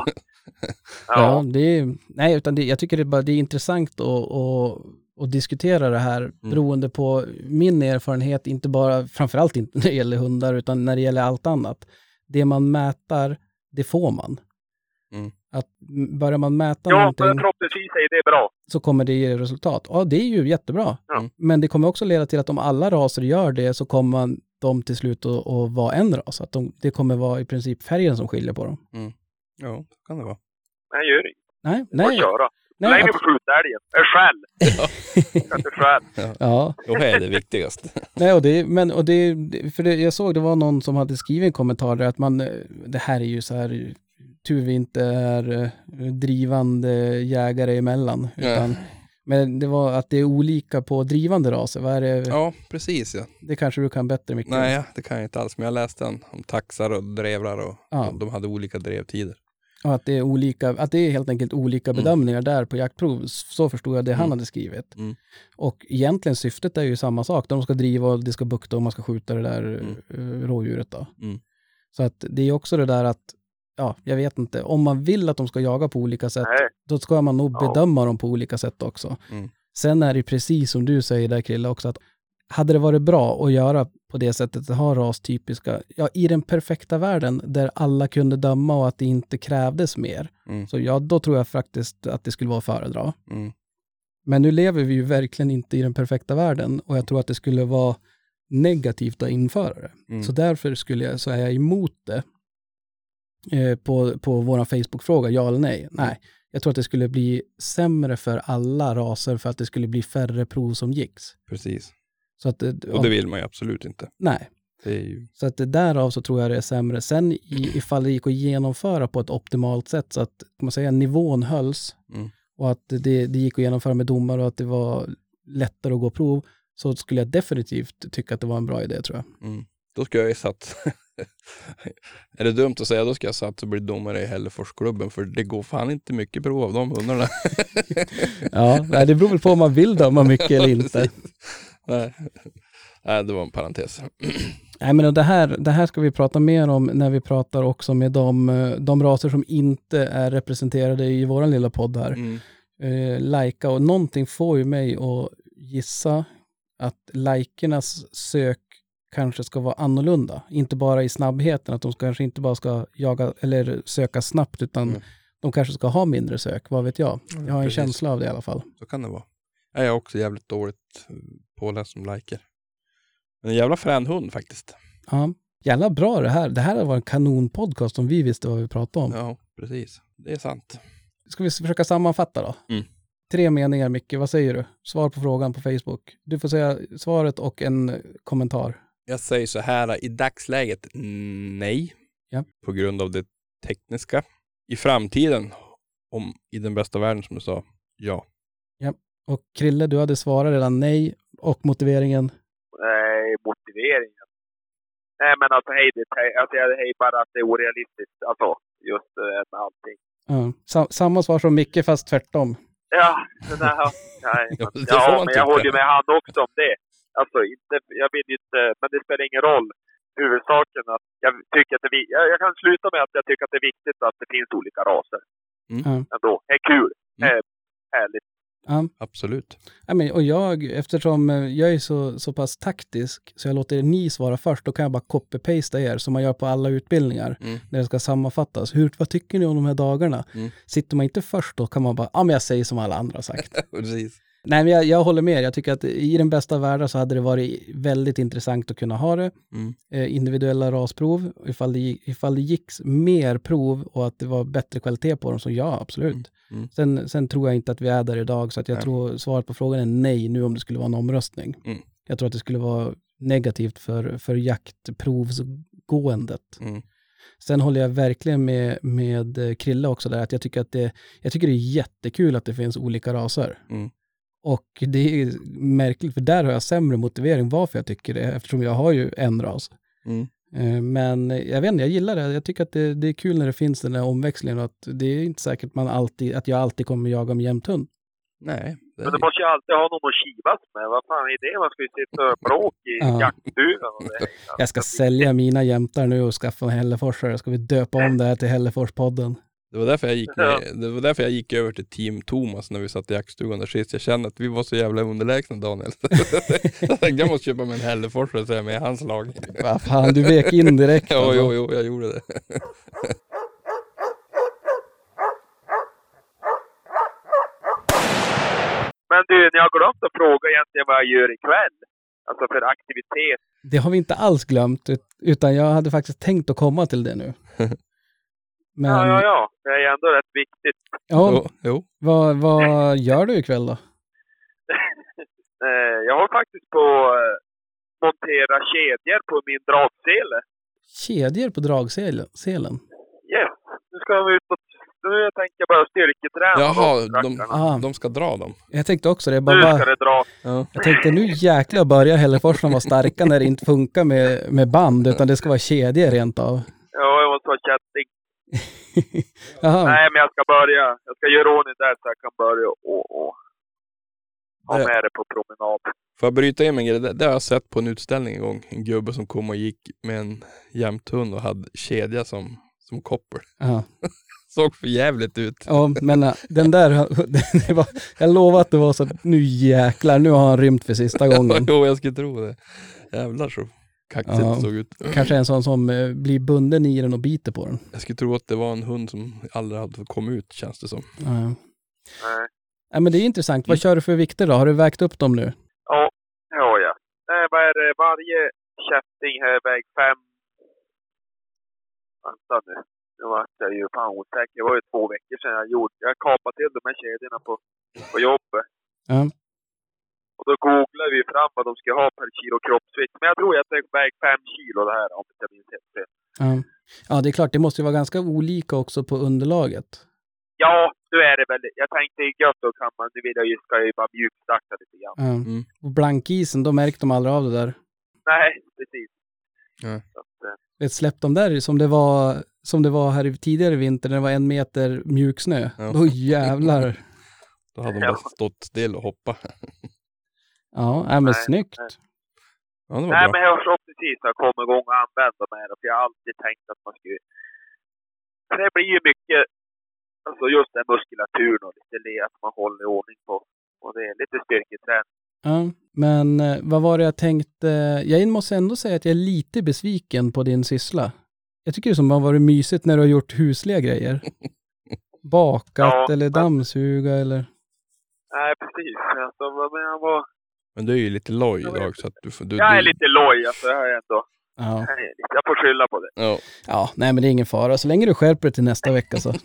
Ja, Ja. det är, nej, utan det, jag tycker det är, bara, det är intressant att, att, att diskutera det här beroende på min erfarenhet, inte bara, framförallt inte när det gäller hundar, utan när det gäller allt annat. Det man mäter, det får man. Mm. Att m- börjar man mäta Ja, någonting, men förhoppningsvis är det bra. så kommer det ge resultat. Ja, det är ju jättebra. Ja. Mm. Men det kommer också leda till att om alla raser gör det, så kommer man, de till slut att, att vara en ras. Att de, det kommer vara i princip färgen som skiljer på dem. Ja, så kan det vara. Nej, gör det inte. Nej, Får nej. köra. nej Nej, ab- vi får skjuta älgen. Är själv. Åka till själv. ja. Då är det viktigast. Nej, och det, men, och det, för det, jag såg det var någon som hade skrivit en kommentar där att man, eh, det här är ju så här, tur vi inte är eh, drivande jägare emellan. Utan, Ja. men det var att det är olika på drivande raser. Vad är det? Ja, precis ja. Det kanske du kan bättre mycket. Nej, det kan jag inte alls. Men jag läste en om taxar och drevrar och Ja. de hade olika drevtider. Och att det är olika, att det är helt enkelt olika Mm. bedömningar där på jaktprov. Så förstod jag det han Mm. hade skrivit. Mm. Och egentligen syftet är ju samma sak. De ska driva och det ska bukta och man ska skjuta det där Mm. eh, rådjuret då. Mm. Så att det är också det där att, ja, jag vet inte. Om man vill att de ska jaga på olika sätt, Nej. då ska man nog Ja. bedöma dem på olika sätt också. Mm. Sen är det precis som du säger där, Krille, också att hade det varit bra att göra på det sättet, att ha rastypiska, ja, i den perfekta världen där alla kunde döma och att det inte krävdes mer, Mm. så ja, då tror jag faktiskt att det skulle vara att föredra. Mm. Men nu lever vi ju verkligen inte i den perfekta världen och jag tror att det skulle vara negativt att införa det. Mm. Så därför skulle jag, så är jag emot det eh, på, på vår Facebook-fråga, ja eller nej. Nej, jag tror att det skulle bli sämre för alla raser för att det skulle bli färre prov som gicks. Precis. Så att, Och det vill man ju absolut inte. nej. Det är ju... Så att det därav så tror jag det är sämre. Sen i, ifall det gick att genomföra på ett optimalt sätt så att, kan man säga, nivån hölls Mm. och att det, det gick att genomföra med domar och att det var lättare att gå prov, så skulle jag definitivt tycka att det var en bra idé, tror jag. Mm. Då ska jag gissa att Är det dumt att säga då ska jag satsa och bli domare i Hälleforsklubben, för det går fan inte mycket prov av de hundarna. Ja, nej, det beror väl på om man vill döma mycket eller inte. Nej. Nej, det var en parentes. Nej, men det här, det här ska vi prata mer om när vi pratar också med de, de raser som inte är representerade i våran lilla podd här. Mm. Eh, Laika, och någonting får ju mig att gissa att Laikernas sök kanske ska vara annorlunda. Inte bara i snabbheten, att de ska, kanske inte bara ska jaga eller söka snabbt, utan mm. de kanske ska ha mindre sök, vad vet jag. Jag har en Precis. känsla av det i alla fall. Så kan det vara. Jag är också jävligt dåligt påläst som liker. Men en jävla frän hund faktiskt. Ja, jävla bra det här. Det här var en kanonpodcast om vi visste vad vi pratade om. Ja, precis. Det är sant. Ska vi försöka sammanfatta då? Mm. Tre meningar, Micke. Vad säger du? Svar på frågan på Facebook. Du får säga svaret och en kommentar. Jag säger så här, i dagsläget nej. Ja. På grund av det tekniska. I framtiden, om i den bästa världen som du sa, ja. Ja. Och Krille, du hade svarat redan nej. Och motiveringen? Nej, motiveringen. Nej, men alltså hej, det, alltså, hej bara att det är orealistiskt. Alltså, just uh, med allting. Ja. Sa- samma svar som Micke, fast tvärtom. Ja, det där, nej, men, Ja, det ja, får man men tycka. jag håller med han också om det. Alltså, inte, jag vill inte, men det spelar ingen roll. Huvudsaken att jag tycker att det, vi- jag, jag kan sluta med att jag tycker att det är viktigt att det finns olika raser. Mm. Ja. Ändå, det är kul. Det Mm. är härligt. Ja. Absolut. Ja, men, och jag, eftersom jag är så, så pass taktisk så jag låter ni svara först, då kan jag bara copy-pasta er som man gör på alla utbildningar Mm. när det ska sammanfattas. Hur, vad tycker ni om de här dagarna? Mm. Sitter man inte först då kan man bara, ja men jag säger som alla andra har sagt. Precis. Nej, men jag, jag håller med. Jag tycker att i den bästa världen så hade det varit väldigt intressant att kunna ha det. Mm. Eh, individuella rasprov. Ifall det, gick, ifall det gick mer prov och att det var bättre kvalitet på dem, så ja, absolut. Mm. Mm. Sen, sen tror jag inte att vi är där idag, så att jag Nej. tror svaret på frågan är nej nu om det skulle vara en omröstning. Mm. Jag tror att det skulle vara negativt för, för jaktprovsgåendet. Mm. Sen håller jag verkligen med, med Krille också där, att jag tycker att det, jag tycker det är jättekul att det finns olika raser. Mm. Och det är märkligt, för där har jag sämre motivering varför jag tycker det, eftersom jag har ju en ras. Mm. Eh, Men jag vet inte, jag gillar det. Jag tycker att det, det är kul när det finns den här omväxlingen, och att det är inte säkert man alltid, att jag alltid kommer jaga med jämnt hund. Nej. Det Men du måste ju alltid ha någon att kivas med. Vad fan är det? Man ska ju sitta och bråk i Ja. jaktstugan. och det. Jag ska sälja mina jämtar nu och skaffa en Hälleforsare. Ska vi döpa om det här till Hälleforspodden? Det var därför jag gick Ja. med, det var därför jag gick över till Team Thomas när vi satt i jaktstugan där sist. Jag kände att vi var så jävla underlägsna, Daniel. Jag tänkte jag måste köpa mig en Hälleforsare så jag är med i hans lag. Vad fan, du vek in direkt. Ja, alltså. jo, jo, jag gjorde det. Men du, ni har glömt att fråga egentligen vad jag gör ikväll. Alltså för aktivitet. Det har vi inte alls glömt, ut- utan jag hade faktiskt tänkt att komma till det nu. Men, Ja, ja, ja. Det är ändå rätt viktigt. ja, Jo, jo. vad, vad gör du ikväll då? Eh, Jag har faktiskt på eh, montera kedjor på min dragsele. Kedjor på dragselen? selen? Yes. Nu ska vi ut och... Nu jag tänker bara styrketräna. Jaha, de de, rackarna. Ah. de ska dra dem. Jag tänkte också det. Bara, Nu ska bara, det dra. Ja. jag tänkte nu jäklar börjar Hälleforsen vara starka när det inte funkar med, med band, utan det ska vara kedjor rent av. Ja, jag måste vara kätting. Jaha. Nej, men jag ska börja. Jag ska göra ordning där så jag kan börja och, och ha Det- med det på promenad. Får jag bryta in en grej? Det, det har jag sett på en utställning en gång. En gubbe som kom och gick med en jämthund och hade kedja som, som koppel. Ja. Såg för jävligt ut. Ja, men äh, den där, det var, jag lovar att det var så att nu jäklar, nu har han rymt för sista gången. Jo, jag skulle tro det. Jävlar så kaxigt Ja. det såg ut. Kanske en sån som eh, blir bunden i den och biter på den. Jag skulle tro att det var en hund som aldrig hade kommit ut, känns det som. Ja. Nej. Ja, men det är intressant. Vad kör du för vikter då? Har du vägt upp dem nu? Ja, ja, ja. Nej, vad är det? Varje kätting här väg fem. Vänta nu. Nu var jag ju fan osäker. Det var ju två veckor sedan jag gjorde. Jag kapade till de här kedjorna på, på jobbet. Ja. Och då googlade vi fram vad de ska ha per kilo kroppsvikt. Men jag tror att det är väg fem kilo det här, om jag minns helt fel. Ja. Ja, det är klart. Det måste ju vara ganska olika också på underlaget. Ja, nu är det väl. Jag tänkte gött då kan man, nu vill jag ju, ska jag ju bara mjukstarta lite grann. Ja. Mm. Och blankisen, då märkte de aldrig av det där. Nej, precis. Ja. Så att, eh, Vet, släpp dem där som det var som det var här i tidigare vinter när det var en meter mjuk snö. Ja. Då jävlar. Då hade de Ja. bara stått still och hoppat. Ja, nej, men Nej, snyggt. nej. Ja, det var Nej, bra. men jag har förhoppningsvis att komma igång och använda med det. För jag har alltid tänkt att man skulle... För det blir ju mycket... Alltså just den muskulaturen och lite le att man håller i ordning på. Och det är lite styrketräning. Ja, men eh, vad var det jag tänkte? Jag måste ändå säga att jag är lite besviken på din syssla. Jag tycker det som har varit mysigt när du har gjort husliga grejer. Bakat Ja, eller men- dammsuga eller... Nej, precis. Alltså, men jag var... Men du är ju lite loj idag så att du får... Du, Jag är du, lite loj, alltså. Jag är ändå... Ja. Jag, är lite, jag får skylla på det. Ja. Ja, nej men det är ingen fara. Så länge du skärper dig till nästa vecka så.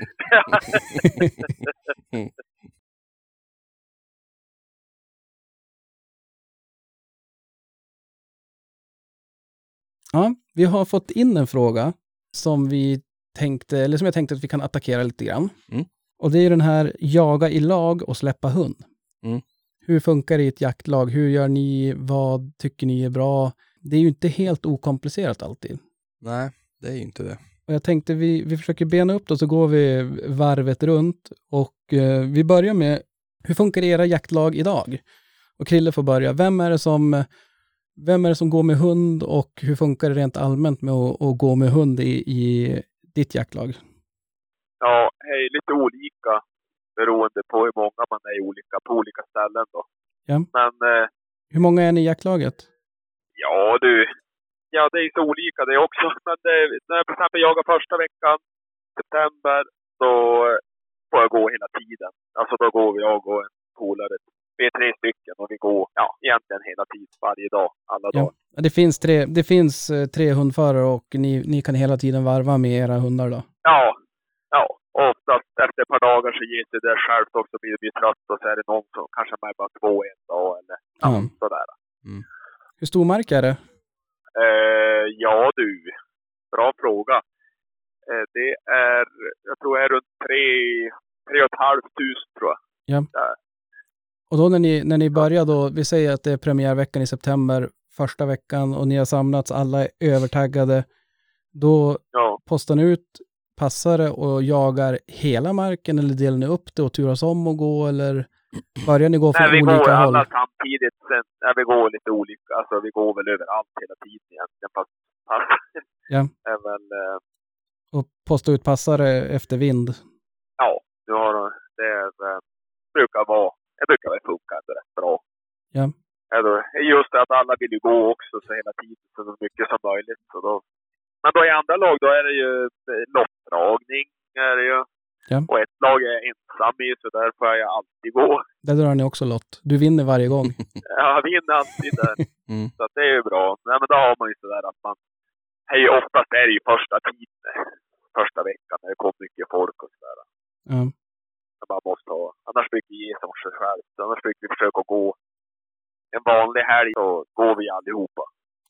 Ja, vi har fått in en fråga som vi tänkte, eller som jag tänkte att vi kan attackera lite grann. Mm. Och det är ju den här jaga i lag och släppa hund. Mm. Hur funkar det i ett jaktlag? Hur gör ni? Vad tycker ni är bra? Det är ju inte helt okomplicerat alltid. Nej, det är ju inte det. Och jag tänkte vi, vi försöker bena upp det och så går vi varvet runt. Och eh, vi börjar med, hur funkar era jaktlag idag? Och Krille får börja. Vem är det som, vem är det som går med hund och hur funkar det rent allmänt med att, att gå med hund i, i ditt jaktlag? Ja, det är lite olika beroende på hur många man är i olika, på olika ställen då. Ja. Men eh, Hur många är ni i jaktlaget? ja du, ja det är så olika det också. Men det, när jag till exempel jagar första veckan, september, då får jag gå hela tiden. Alltså då går vi, jag och en polare. Vi är tre stycken och vi går ja, egentligen hela tiden, varje dag, alla Ja. dagar. Det finns tre, det finns eh, tre hundförare och ni, ni kan hela tiden varva med era hundar då? Ja, ja. Och oftast efter ett par dagar så ger sig det självt också, blir det blir trött och så är det någon som kanske med bara två en dag eller ja, Ja. sådär. Hur stor mark är det? Eh, ja du, bra fråga. Eh, det är, jag tror det är runt tre, tre och ett halvt tusen tror jag. Ja. Där. Och då när ni, när ni börjar då, vi säger att det är premiärveckan i september, första veckan och ni har samlats, alla är övertaggade, då Ja. postar ni ut passare och jagar hela marken eller delar ni upp det och turas om och gå eller börjar ni gå från Nej, vi olika går håll? alla samtidigt. Sen, nej, vi går lite olika. Alltså vi går väl överallt hela tiden egentligen. Fast, fast Ja. är väl, eh, Och posta ut passare efter vind? ja, nu har det är, eh, brukar vara, det brukar väl funka ändå rätt bra. Ja. Alltså, just det att alla vill ju gå också så hela tiden så mycket som möjligt. Så då, men då i andra lag då är det ju eh, lottdragning. Är det ju. Ja. Och ett lag är ensam i så där får jag alltid gå. Där drar ni också lott. Du vinner varje gång. Jag vinner alltid där. Mm. Så att det är ju bra. Nej, men då har man ju sådär att man... Hej, oftast är det ju första tiden. Första veckan när det kommer mycket folk och sådär. Ja. Så man måste ha... Annars brukar vi ge som sig själv. Annars brukar vi försöka gå en vanlig helg så går vi allihopa.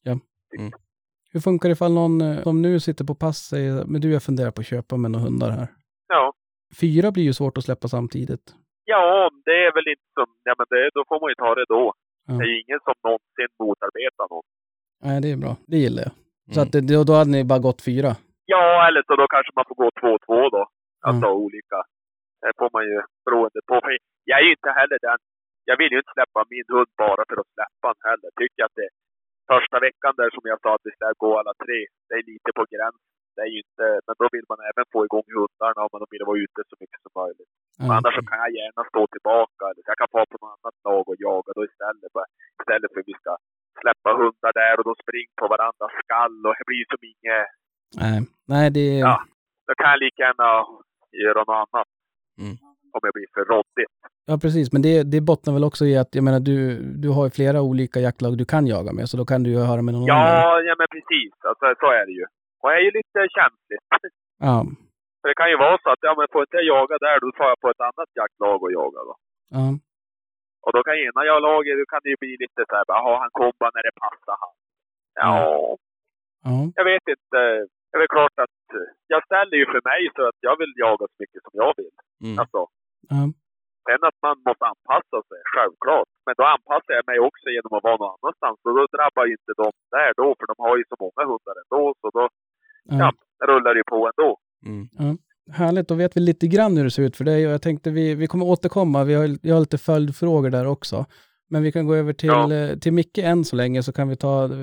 Hur funkar det ifall någon eh, som nu sitter på pass säger, men du jag funderar på att köpa med några hundar här. Ja. Fyra blir ju svårt att släppa samtidigt. Ja, det är väl inte som... Ja, men det, då får man ju ta det då. Ja. Det är ju ingen som någonsin motarbetar någon. Nej, det är bra. Det gillar jag. Så Mm. att det, då, då hade ni bara gått fyra. Ja, eller så då kanske man får gå två två då. Alltså Mm. olika. Det får man ju beroende på. För jag är ju inte heller den... Jag vill ju inte släppa min hund bara för att släppa den heller. Tycker att det första veckan där som jag sa att vi ska gå alla tre. Det är lite på gräns. Det är ju inte... Men då vill man även få igång hundarna och man vill vara ute så mycket som möjligt. Men Ja. annars så kan jag gärna stå tillbaka. Eller så jag kan få på något annat lag och jaga då istället. Bara, istället för att vi ska släppa hundar där och då springa på varandras skall. Och det blir som inget... Nej, nej det är... Ja. Då kan jag lika gärna göra något annat. Mm. Om jag blir för råddigt. Ja, precis. Men det, det bottnar väl också i att, jag menar, du, du har ju flera olika jaktlag du kan jaga med, så då kan du ju höra med någon annan. Ja, ja men precis. Alltså, så är det ju. Och det är ju lite känsligt. Ja. För det kan ju vara så att, ja men får inte jag jaga där, då får jag på ett annat jaktlag och jaga då. Ja. Och då kan ena jag laget, då kan det ju bli lite så här, jaha han kommer bara när det passar han. Ja, Ja. jag vet inte. Det är väl klart att jag ställer ju för mig så att jag vill jaga så mycket som jag vill. Mm. Alltså, Ja. sen att man måste anpassa sig, självklart. men då anpassar jag mig också genom att vara någon annanstans. Och då drabbar ju inte de där då, för de har ju så många hundar ändå. Så då Ja. ja, rullar det ju på ändå. Mm. Ja. Härligt, då vet vi lite grann hur det ser ut för dig och jag tänkte vi, vi kommer återkomma, vi har, jag har lite följdfrågor där också. Men vi kan gå över till, Ja. eh, till Micke än så länge så kan vi ta eh,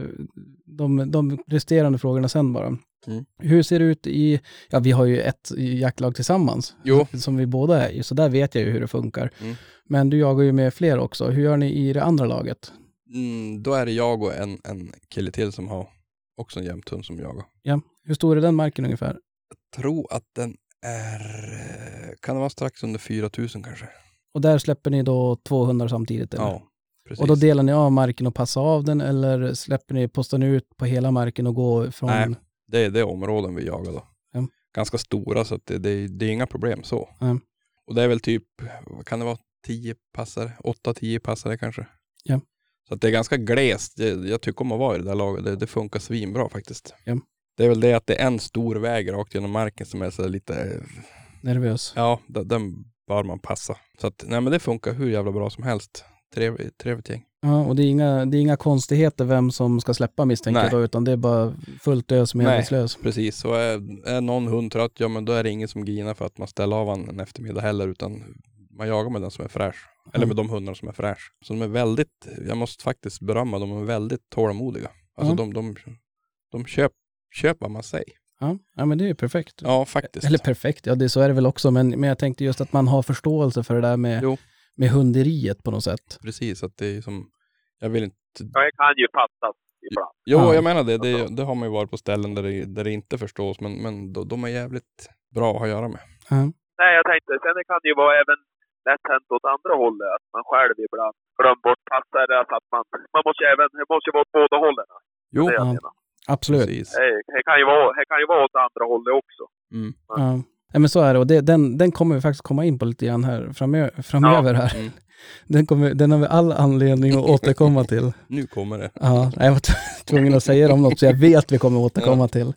de, de resterande frågorna sen bara. Mm. Hur ser det ut i, ja vi har ju ett jaktlag tillsammans Jo. som vi båda är i, så där vet jag ju hur det funkar. Mm. Men du jagar ju med fler också, hur gör ni i det andra laget? Mm, då är det jag och en, en kille till som har också en jämthund som jagar. Ja, hur stor är den marken ungefär? Jag tror att den är, eh, kan det vara strax under fyra tusen kanske? Och där släpper ni då två hundar samtidigt? Eller? Ja, precis. Och då delar ni av marken och passar av den eller släpper ni, postar ni ut på hela marken och går från... Nej, det är det områden vi jagar då. Ja. Ganska stora så att det, det, det är inga problem så. Ja. Och det är väl typ, vad kan det vara, tio passare, åtta, tio passare kanske. Ja. Så att det är ganska glest. Jag, jag tycker om att vara i det där laget. Det, det funkar svinbra faktiskt. Ja. Det är väl det att det är en stor väg rakt genom marken som är så lite... Nervös. Ja, den, den bör man passa. Så att, nej men det funkar hur jävla bra som helst. Trevligt, trevligt gäng. Ja, och det är, inga, det är inga konstigheter vem som ska släppa misstänker Nej. då, utan det är bara fullt ös som är Nej. arbetslös. Precis, så är, är någon hund trött, ja men då är det ingen som grinar för att man ställer av han en eftermiddag heller, utan man jagar med den som är fräsch. Eller med de hundarna som är fräsch. Så de är väldigt, jag måste faktiskt berömma, de är väldigt tålmodiga. Alltså Ja. de, de, de köp, köper vad man säger. Ja, ja, men det är ju perfekt. Ja, faktiskt. Eller perfekt, ja det, så är det väl också, men, men jag tänkte just att man har förståelse för det där med, Jo. med hunderiet på något sätt. Precis, att det är som, jag vill inte... Ja, det kan ju fattas ibland. Jo, Ja. jag menar det, det, det har man ju varit på ställen där det, där det inte förstås, men, men de, de är jävligt bra att ha att göra med. Ja. Nej, jag tänkte, sen det kan det ju vara även lätt hänt åt andra hållet, att man själv ibland glömmer bort passare, så att man, man måste ju även, det måste ju vara åt båda hållen. Jo, Det är jag ja. menar. Absolut. precis. Det, det, kan ju vara, det kan ju vara åt andra hållet också. Mm. Ja. Ja, men så är det, och det, den, den kommer vi faktiskt komma in på lite grann här framöver, framöver här. Mm. Den, kommer, den har vi all anledning att återkomma till. Nu kommer det. Ja, jag var tvungen att säga det om något så jag vet att vi kommer återkomma till.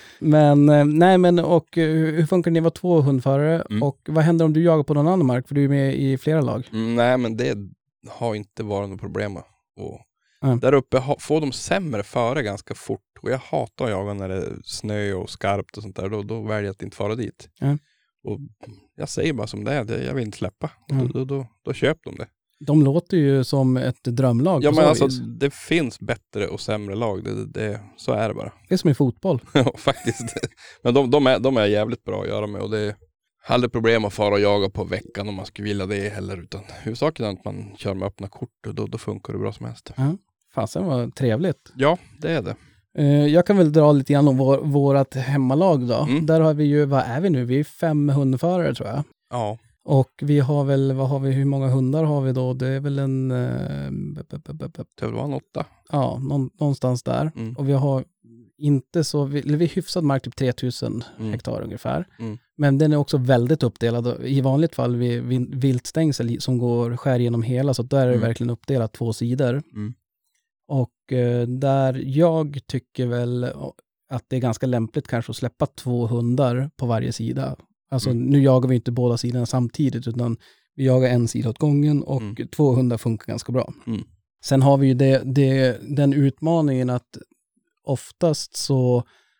Men eh, nej men och eh, hur funkar det? Ni var två hundförare Mm. och vad händer om du jagar på någon annan mark för du är med i flera lag? Mm, nej, men det har inte varit något problem. Och Mm. där uppe ha, får de sämre före ganska fort. Och jag hatar att jaga när det är snö och skarpt och sånt där. Då, då väljer jag att inte fara dit. Mm. Och jag säger bara som det är. det- Jag vill inte släppa. Mm. Då, då, då, då köper de det. De låter ju som ett drömlag Ja, på men så alltså vis. det finns bättre och sämre lag. Det, det, det, så är det bara. Det är som i fotboll. Ja, faktiskt. Men de, de, är, de är jävligt bra att göra med. Och det är aldrig problem att fara och jaga på veckan om man skulle vilja det heller. Utan huvudsaken är att man kör med öppna kort. Och då, då funkar det bra som helst. Fasen var trevligt. Ja, det är det. Eh, jag kan väl dra lite grann om vår, vårat hemmalag då. Mm. Där har vi ju, vad är vi nu? Vi är fem hundförare tror jag. Ja. Och vi har väl, vad har vi, hur många hundar har vi då? Det är väl en, eh, b- b- b- b- Det var en åtta. ja, någon, någonstans där. Mm. Och vi har inte så, vi, eller vi är hyfsad mark, typ tre tusen Mm. hektar ungefär. Mm. Men den är också väldigt uppdelad. I vanligt fall vid vin- viltstängsel som går, skär genom hela, så där är det Mm. verkligen uppdelat två sidor. Mm. Och eh, där jag tycker väl att det är ganska lämpligt kanske att släppa två hundar på varje sida. Alltså Mm. nu jagar vi inte båda sidorna samtidigt, utan vi jagar en sida åt gången och Mm. två hundar funkar ganska bra. Mm. Sen har vi ju det, det, den utmaningen att oftast så,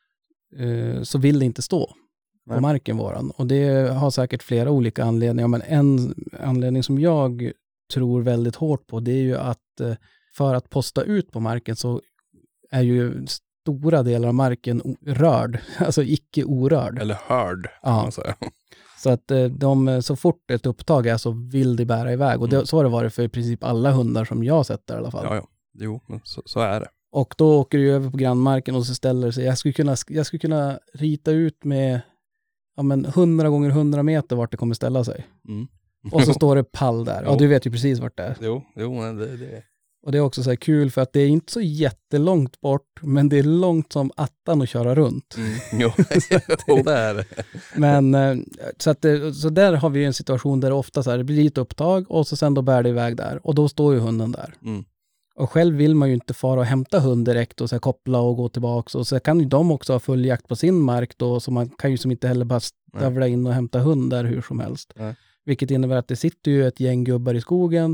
eh, så vill det inte stå Nej. på marken våran. Och det har säkert flera olika anledningar, men en anledning som jag tror väldigt hårt på, det är ju att eh, för att posta ut på marken så är ju stora delar av marken o- rörd, alltså icke orörd. Eller hörd, kan Ja. man säga. Så att eh, de, så fort ett upptag är så vill de bära iväg. Och det, Mm. så har det varit för i princip alla hundar som jag har sett där i alla fall. Ja, ja. Jo, men så, så är det. Och då åker du över på grannmarken och så ställer sig, jag skulle kunna, jag skulle kunna rita ut med ja, men hundra gånger hundra meter vart det kommer ställa sig. Mm. Och så står det pall där. Ja, Jo. du vet ju precis vart det är. Jo, jo, men det, det. Och det är också så här kul för att det är inte så jättelångt bort, men det är långt som attan att köra runt. Mm. Jo, jo, det är det. Men eh, så, att det, så där har vi en situation där det ofta så här, det blir ett upptag och så sen då bär det iväg där. Och då står ju hunden där. Mm. Och själv vill man ju inte fara och hämta hund direkt och så här, koppla och gå tillbaka. Och så kan ju de också ha full jakt på sin mark då, så man kan ju som inte heller bara stövla in och hämta hund där hur som helst. Nej. Vilket innebär att det sitter ju ett gäng gubbar i skogen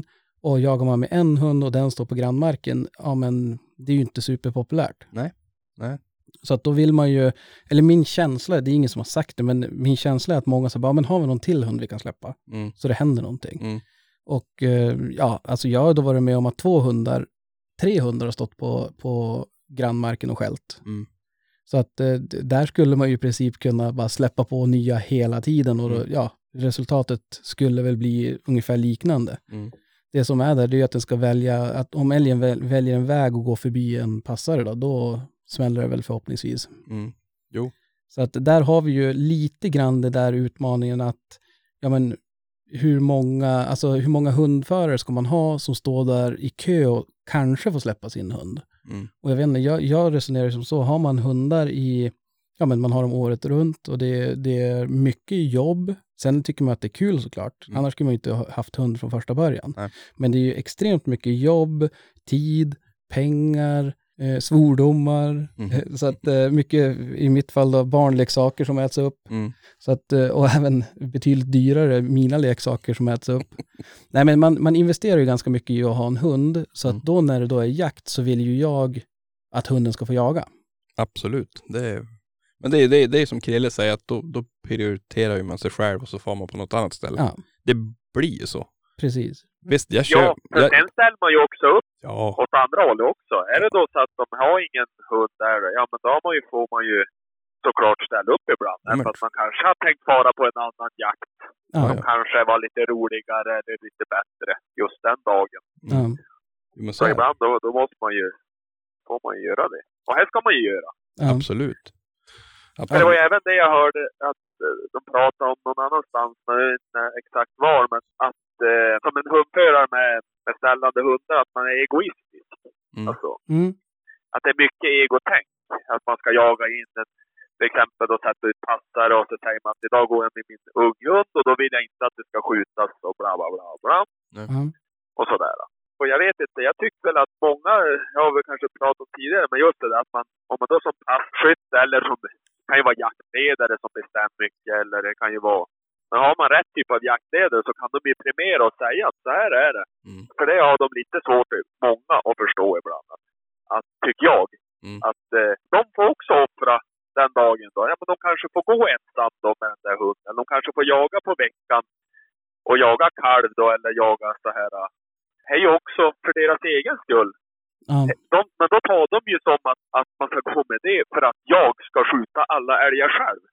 Och jagar man med en hund och den står på grannmarken, ja men det är ju inte superpopulärt. Nej, nej. Så att då vill man ju, eller min känsla, det är ingen som har sagt det, men min känsla är att många säger bara, men har vi någon till hund vi kan släppa? Mm. Så det händer någonting. Mm. Och eh, ja, alltså jag har då varit med om att två hundar, tre hundar har stått på, på grannmarken och skällt. Mm. Så att eh, där skulle man ju i princip kunna bara släppa på nya hela tiden och då, Mm. ja, resultatet skulle väl bli ungefär liknande. Mm. Det som är där, det är att den ska välja, att om älgen väl, väljer en väg och går förbi en passare då, då smäller det väl förhoppningsvis. Mm. Jo. Så att där har vi ju lite grann det där utmaningen att, ja men hur många, alltså hur många hundförare ska man ha som står där i kö och kanske får släppa sin hund? Mm. Och jag vet inte, jag, jag resonerar som så, har man hundar i, ja men man har dem året runt och det, det är mycket jobb. Sen tycker man att det är kul såklart. Mm. Annars skulle man ju inte ha haft hund från första början. Nej. Men det är ju extremt mycket jobb, tid, pengar, eh, svordomar. Mm. Eh, så att eh, mycket, i mitt fall då, barnleksaker som äts upp. Mm. Så att, eh, och även betydligt dyrare, mina leksaker som äts upp. Nej men man, man investerar ju ganska mycket i att ha en hund. Så att Mm. då när det då är jakt så vill ju jag att hunden ska få jaga. Absolut. Det är, men det är, det, är, det är som Krille säger, att då, då prioriterar ju man sig själv och så får man på något annat ställe. Ja, Det blir ju så. precis. Visst, jag kör... Ja, för jag, sen ställer man ju också upp ja, åt andra hållet också. Är det då så att de har ingen hund där, ja men då har man ju, får man ju såklart ställa upp ibland. Ja, men- För att man kanske har tänkt fara på en annan jakt Ja, som kanske var lite roligare eller lite bättre just den dagen. ja. Jo, men så Så är det. ibland då, då måste man ju, får man ju göra det. Och här ska man ju göra. ja. Absolut. Men det var ju Absolut. även det jag hörde att eh, de pratade om någon annanstans, men jag vet inte exakt var, men att eh, som en hundförare med, med ställande hundar, att man är egoistisk. Mm. Alltså, Mm. att det är mycket egotänk. Att man ska jaga in en, till exempel då sätta ut passare och så säger man att idag går jag med min unghund och då vill jag inte att det ska skjutas och bla bla bla bla. Ja. Och sådär. Och jag vet inte, jag tycker väl att många, jag har väl kanske pratat om tidigare, men just det där att man, om man då som passkytt eller som, det kan ju vara jaktledare som bestämmer mycket, eller det kan ju vara, men har man rätt typ av jaktledare så kan de ju premiera och säga att så här är det. Mm. För det har de lite svårt, många, att förstå ibland. Att, att tycker jag, Mm. att eh, de får också offra den dagen då. Ja, men de kanske får gå ensam då med den där hunden. De kanske får jaga på veckan och jaga kalv då, eller jaga så här. Det är ju också för deras egen skull. Ja. De, men då tar de ju som att, att man ska gå med det för att jag ska skjuta alla älgar själv.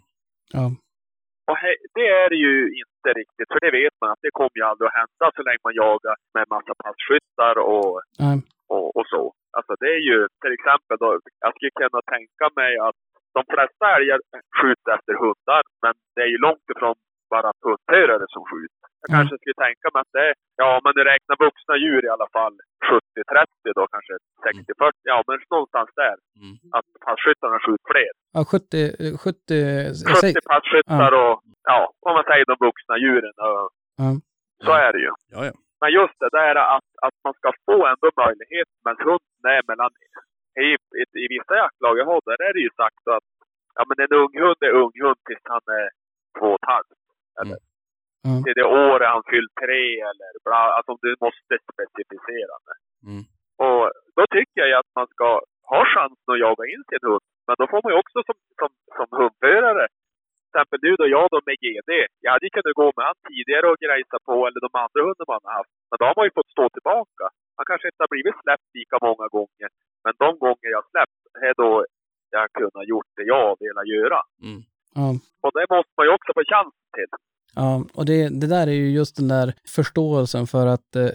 Ja. Och he, det är ju inte riktigt, för det vet man att det kommer ju aldrig att hända så länge man jagar med massa passkyttar och, Ja. och, och så. Alltså det är ju till exempel då, jag skulle kunna tänka mig att de flesta älgar skjuter efter hundar, men det är ju långt ifrån bara hundförare som skjuter. Jag Mm. kanske skulle tänka mig att det är, ja men du räknar vuxna djur i alla fall sjuttio trettio då, kanske sextio fyrtio, ja men någonstans där. Mm. Att passkyttarna skjuter fler. Ja, sjuttio, sjuttio, jag säger, sjuttio passkyttar och, ja, om man säger de vuxna djuren. Och, ja. så är det ju. Ja, ja. Men just det där att, att man ska få ändå möjlighet, men hunden är mellan, i, i, i vissa jaktlag jag har, där är det ju sagt att ja, men en ung hund är ung hund tills han är två och ett halvt. Eller Mm. till det året han fyllt tre eller bla, alltså du måste specificera det. Mm. Och då tycker jag att man ska ha chansen att jaga in sin hund. Men då får man ju också som, som, som hundförare, till exempel du och jag då med G D, jag hade ju kunnat gå med han tidigare och grejsa på, eller de andra hundar man har haft. Men då har man ju fått stå tillbaka. Man kanske inte har blivit släppt lika många gånger, men de gånger jag släppt är då jag kunnat gjort det jag velat göra. Mm. Ja. Och det måste man ju också få chansen till. Ja, och det, det där är ju just den där förståelsen för att eh,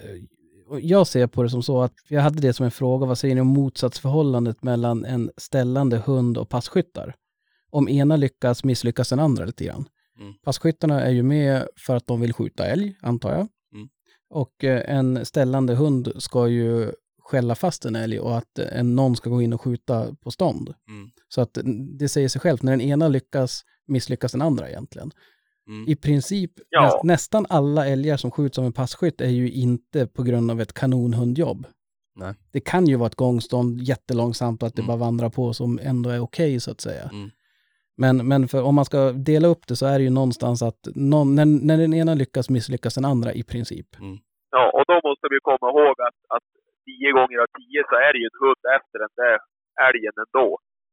jag ser på det som så att jag hade det som en fråga, vad säger ni om motsatsförhållandet mellan en ställande hund och passkyttar? Om ena lyckas misslyckas den andra lite grann. Mm. Passkyttarna är ju med för att de vill skjuta älg, antar jag. Mm. Och eh, en ställande hund ska ju skälla fast en älg och att en, någon ska gå in och skjuta på stånd. Mm. Så att det säger sig självt, när den ena lyckas misslyckas den andra egentligen. Mm. I princip Ja. näst, nästan alla älgar som skjuts av en passkytt är ju inte på grund av ett kanonhundjobb. Nej. Det kan ju vara ett gångstånd jättelångsamt och att det Mm. bara vandrar på som ändå är okej så att säga. Mm. Men, men för, om man ska dela upp det så är det ju någonstans att någon, när, när den ena lyckas misslyckas den andra i princip. Mm. Ja, och då måste vi komma ihåg att, att tio gånger av tio så är det ju en hund efter den där älgen ändå.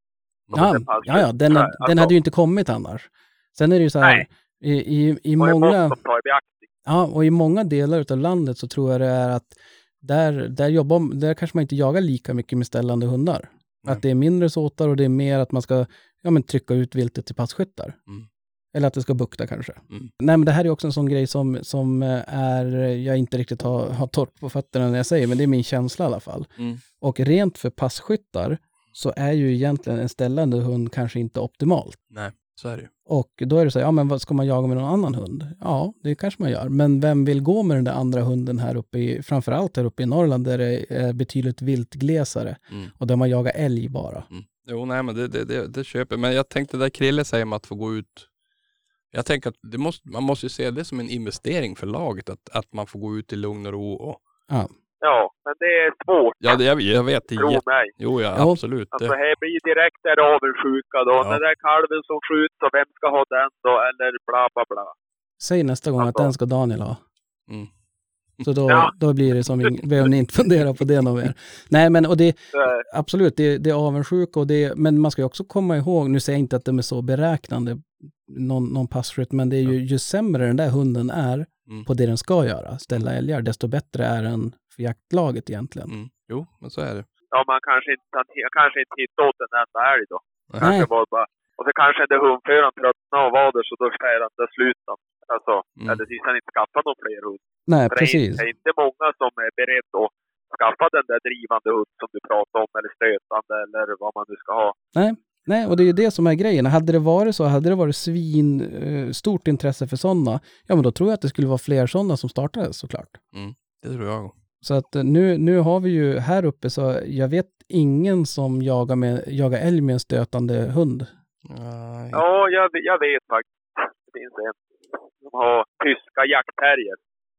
Ja, ja, ja den, alltså, den hade ju inte kommit annars. Sen är det ju så här, nej. i, i, i Och det många... måste de ta i beaktning. Ja, och i många delar av landet så tror jag det är att där, där, jobbar, där kanske man inte jagar lika mycket med ställande hundar. Nej. Att det är mindre såtar och det är mer att man ska ja, men trycka ut viltet till passkyttar. Mm. Eller att det ska bukta kanske. Mm. Nej, men det här är också en sån grej som, som är, jag inte riktigt har, har torrt på fötterna när jag säger, men det är min känsla i alla fall. Mm. Och rent för passkyttar så är ju egentligen en ställande hund kanske inte optimalt. Nej, så är det ju. Och då är det så här, ja men vad ska man jaga med någon annan hund? Ja, det kanske man gör. Men vem vill gå med den där andra hunden här uppe i, framförallt här uppe i Norrland där det är betydligt viltglesare Mm. och där man jagar älg bara. Mm. Jo, nej men det, det, det, det köper. Men jag tänkte där Krille säger om att få gå ut. Jag tänker att det måste, man måste ju se det som en investering för laget. Att, att man får gå ut i lugn och ro. Och... Ja. Ja, men det är svårt. Ja, det, jag, jag vet. Det, Tro jag, mig. jo, ja, Jo. absolut. Alltså Det, här blir direkt där avundsjuka då. Ja. Den där kalven som skjuts och vem ska ha den då? Eller bla bla bla. Säg nästa gång att Alltså. den ska Daniel ha. mm. Så då, Ja. då blir det som, ing- behöver ni inte fundera på det någon mer. Nej men och det, Så, eh, absolut, det, det är avundsjuka och det, men man ska ju också komma ihåg, nu säger jag inte att de är så beräknande, någon, någon passkytt, men det är ju, ju sämre den där hunden är Mm. på det den ska göra, ställa älgar, desto bättre är den för jaktlaget egentligen. Mm. Jo, men så är det. ja, man kanske inte, jag kanske inte hittar åt en enda älg då. Nej. Kanske var bara, och så kanske det hundföraren tröttnar och var där så då skär han där slutar. Alltså, Mm. eller tills han inte skaffar någon fler hund. Nej, För det är precis. inte- Det är inte många som är beredd att skaffa den där drivande hund som du pratar om, eller stötande, eller vad man nu ska ha. Nej, nej, och det är ju det som är grejen. Hade det varit så, hade det varit svin, eh, stort intresse för sådana, ja men då tror jag att det skulle vara fler sådana som startade såklart. Mm. Det tror jag. Så att eh, nu, nu har vi ju här uppe så jag vet ingen som jagar, med, jagar älg med en stötande hund. Nej. Ja, jag, jag vet faktiskt. Det finns en. De har tyska jaktterrier.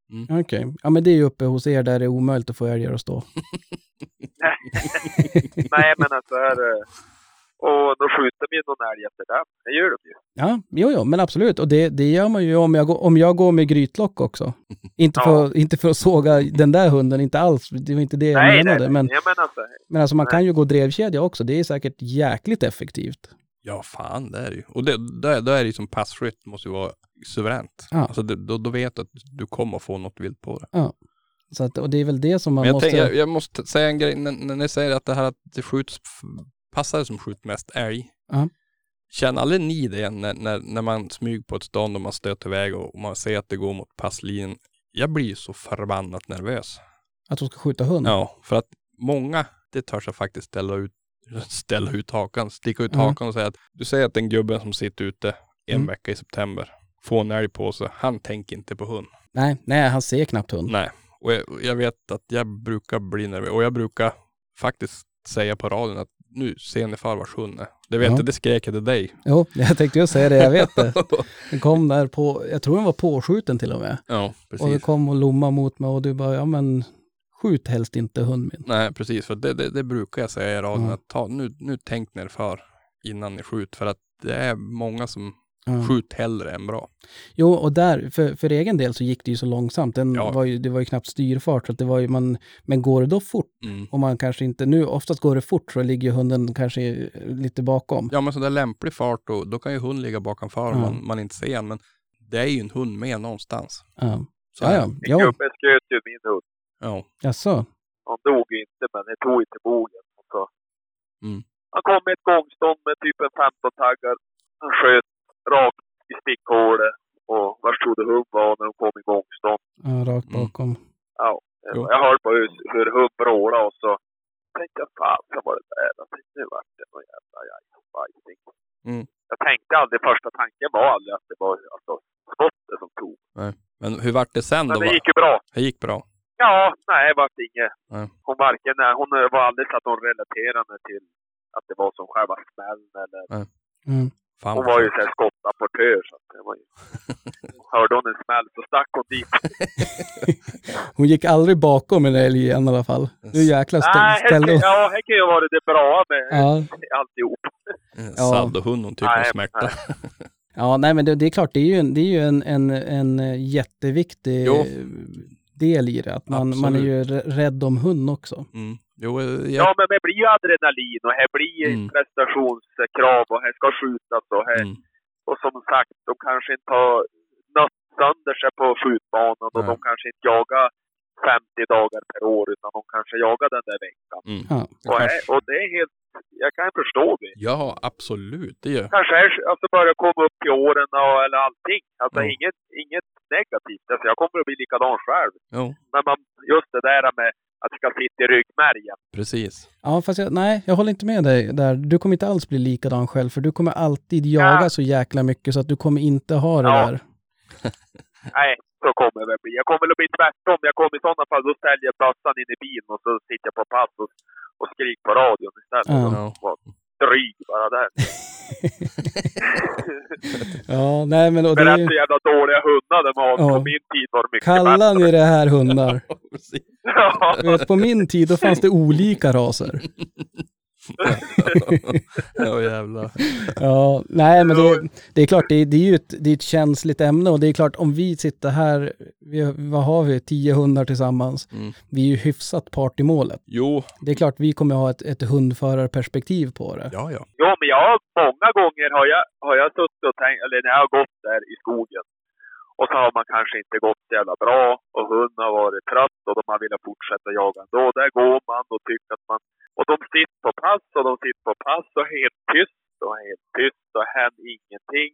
Okej, ja men det är ju uppe hos er där det är omöjligt att få älgar att stå. Nej, men alltså är det... Och då skjuter vi någon älg efter den. Det gör de ju. Ja, jo, jo, men absolut. Och det, det gör man ju om jag, går- om jag går med grytlock också. Inte för, Ja. inte för att såga den där hunden, inte alls. Det var inte det jag Nej, nej, menade. nej. Men, Jag menar alltså, men alltså man nej. kan ju gå drevkedja också. Det är säkert jäkligt effektivt. Ja, fan det är det ju. Och det, där, där är det ju som passkytt måste ju vara suveränt. Ja. Alltså det, då, då vet du att du kommer få något vilt på det. Så att, och det är väl det som man Men jag, måste... tänker, jag, jag måste säga en grej, när, när ni säger att det här att det skjuts f- passare som skjuter mest älg. Ja. Känner aldrig ni det när, när, när man smyger på ett stånd och man stöter iväg och man ser att det går mot passlinjen? Jag blir ju så förbannat nervös. Att de ska skjuta hund? Ja, för att många, det törs jag faktiskt ställa ut, ställa ut hakan, sticka ut Ja. hakan och säga att du säger att den gubben som sitter ute en Mm. vecka i september får en älg på sig, han tänker inte på hund. Nej, nej, han ser knappt hund. Nej, och jag, jag vet att jag brukar bli nervös och jag brukar faktiskt säga på radion att nu ser ni far vars hund är. Det vet Ja. jag, det skrek jag till dig. Jo, jag tänkte ju säga det, jag vet det. Den kom där på, jag tror den var påskjuten till och med. Ja, Och det precis. kom och lomma mot mig och du bara, ja men skjut helst inte hund min. Nej, precis. För det, det, det brukar jag säga i radion Ja. att ta, nu, nu tänk ni er för innan ni skjuter. För att det är många som Ja. skjuter hellre än bra. Jo, och där, för, för egen del så gick det ju så långsamt. Den Ja. var ju, det var ju knappt styrfart. Så att det var ju man, men går det då fort, Mm. och man kanske inte, nu oftast går det fort så ligger ju hunden kanske lite bakom. Ja, men så där lämplig fart då, då kan ju hund ligga bakom för om Ja. man, man inte ser den. Men det är ju en hund med någonstans. Ja, Så ja, är ja. det. Min Jo, gubbe sköt ju min hund. Ja. jaså. Han dog inte, men det tog inte bogen. Och så. Mm. Han kom med ett gångstånd med typ en femton taggar. Han sköt rakt i stickhålet. Och var stod det hund var när de kom i gångstånd. Ja, rakt Mm. bakom. Ja, Jo. jag hörde på hur, hur hund vrålade och så tänkte jag, fan så var det där. Jag tänkte, nu vart det någon jävla jajsbajsning. Mm. Jag tänkte aldrig, första tanken var aldrig att det var alltså, skottet som tog. Men hur vart det sen Men då? det gick ju bra. Det gick bra. Ja, nej, det vart inget. Nej. Hon varken, nej, hon var aldrig så att hon relaterade till att det var som själva smällen eller... Mm. Fan, Hon vad var ju sjukt. så här skottrapportör så att det var ju... Hörde hon en smäll så stack hon dit. Hon gick aldrig bakom en älg igen i alla fall. Nu jäklar stä- Nej, här ställde kan, hon. ja, här kan ju vara det bra med Ja. alltihop. Ja. Saddohund, hon tycker om Nej, smärta. nej. Ja, nej men det, det är klart, det är ju en, det är ju en, en, en jätteviktig Jo. del i det. Att man, man är ju rädd om hund också. Mm. Jo, jag... Ja, men det blir ju adrenalin och här blir Mm. prestationskrav och här ska skjutas och här. Mm. Och som sagt, de kanske inte har nött sönder sig på skjutbanan och Nej. de kanske inte jagar femtio dagar per år utan de kanske jagar den där veckan. Mm. Ja. Och, här, och det är helt, jag kan förstå det. Ja, absolut. Det gör. Kanske är, alltså börja komma upp i åren och, eller allting. Alltså Ja. inget, inget negativt. Alltså jag kommer att bli likadan själv. Jo, Men man, just det där med att det ska sitta i ryggmärgen. precis. Ja, fast jag, nej, jag håller inte med dig där. Du kommer inte alls bli likadan själv, för du kommer alltid jaga Ja. så jäkla mycket så att du kommer inte ha det Ja. där. Nej, så kommer det bli. Jag kommer att bli tvärtom. Jag kommer i sådana fall, då ställer jag bössan in i bilen och så sitter jag på pass och, och skriker på radion istället. Ja. Och var dryg bara där. Ja, nej men och det är Berätta ju, hur jävla dåliga hundar de har. Ja. På min tid var det mycket kallar bättre. ni det här hundar? Precis. Ja. Du vet, på min tid då fanns det olika raser. Ja, jävlar. Ja, nej men det, det är klart, det är, det är ju ett, det är ett känsligt ämne och det är klart om vi sitter här, vi, vad har vi, tio hundar tillsammans, Mm. vi är ju hyfsat part i målet. Jo, Det är klart vi kommer ha ett, ett hundförarperspektiv på det. ja, ja. Jo, men jag har många gånger har jag, har jag suttit och tänkt, eller när jag har gått där i skogen och så har man kanske inte gått så jävla bra och hunden har varit trött och de har velat fortsätta jaga ändå. Där går man och tycker att man, och de sitter på pass och de sitter på pass och helt tyst och helt tyst och händer ingenting.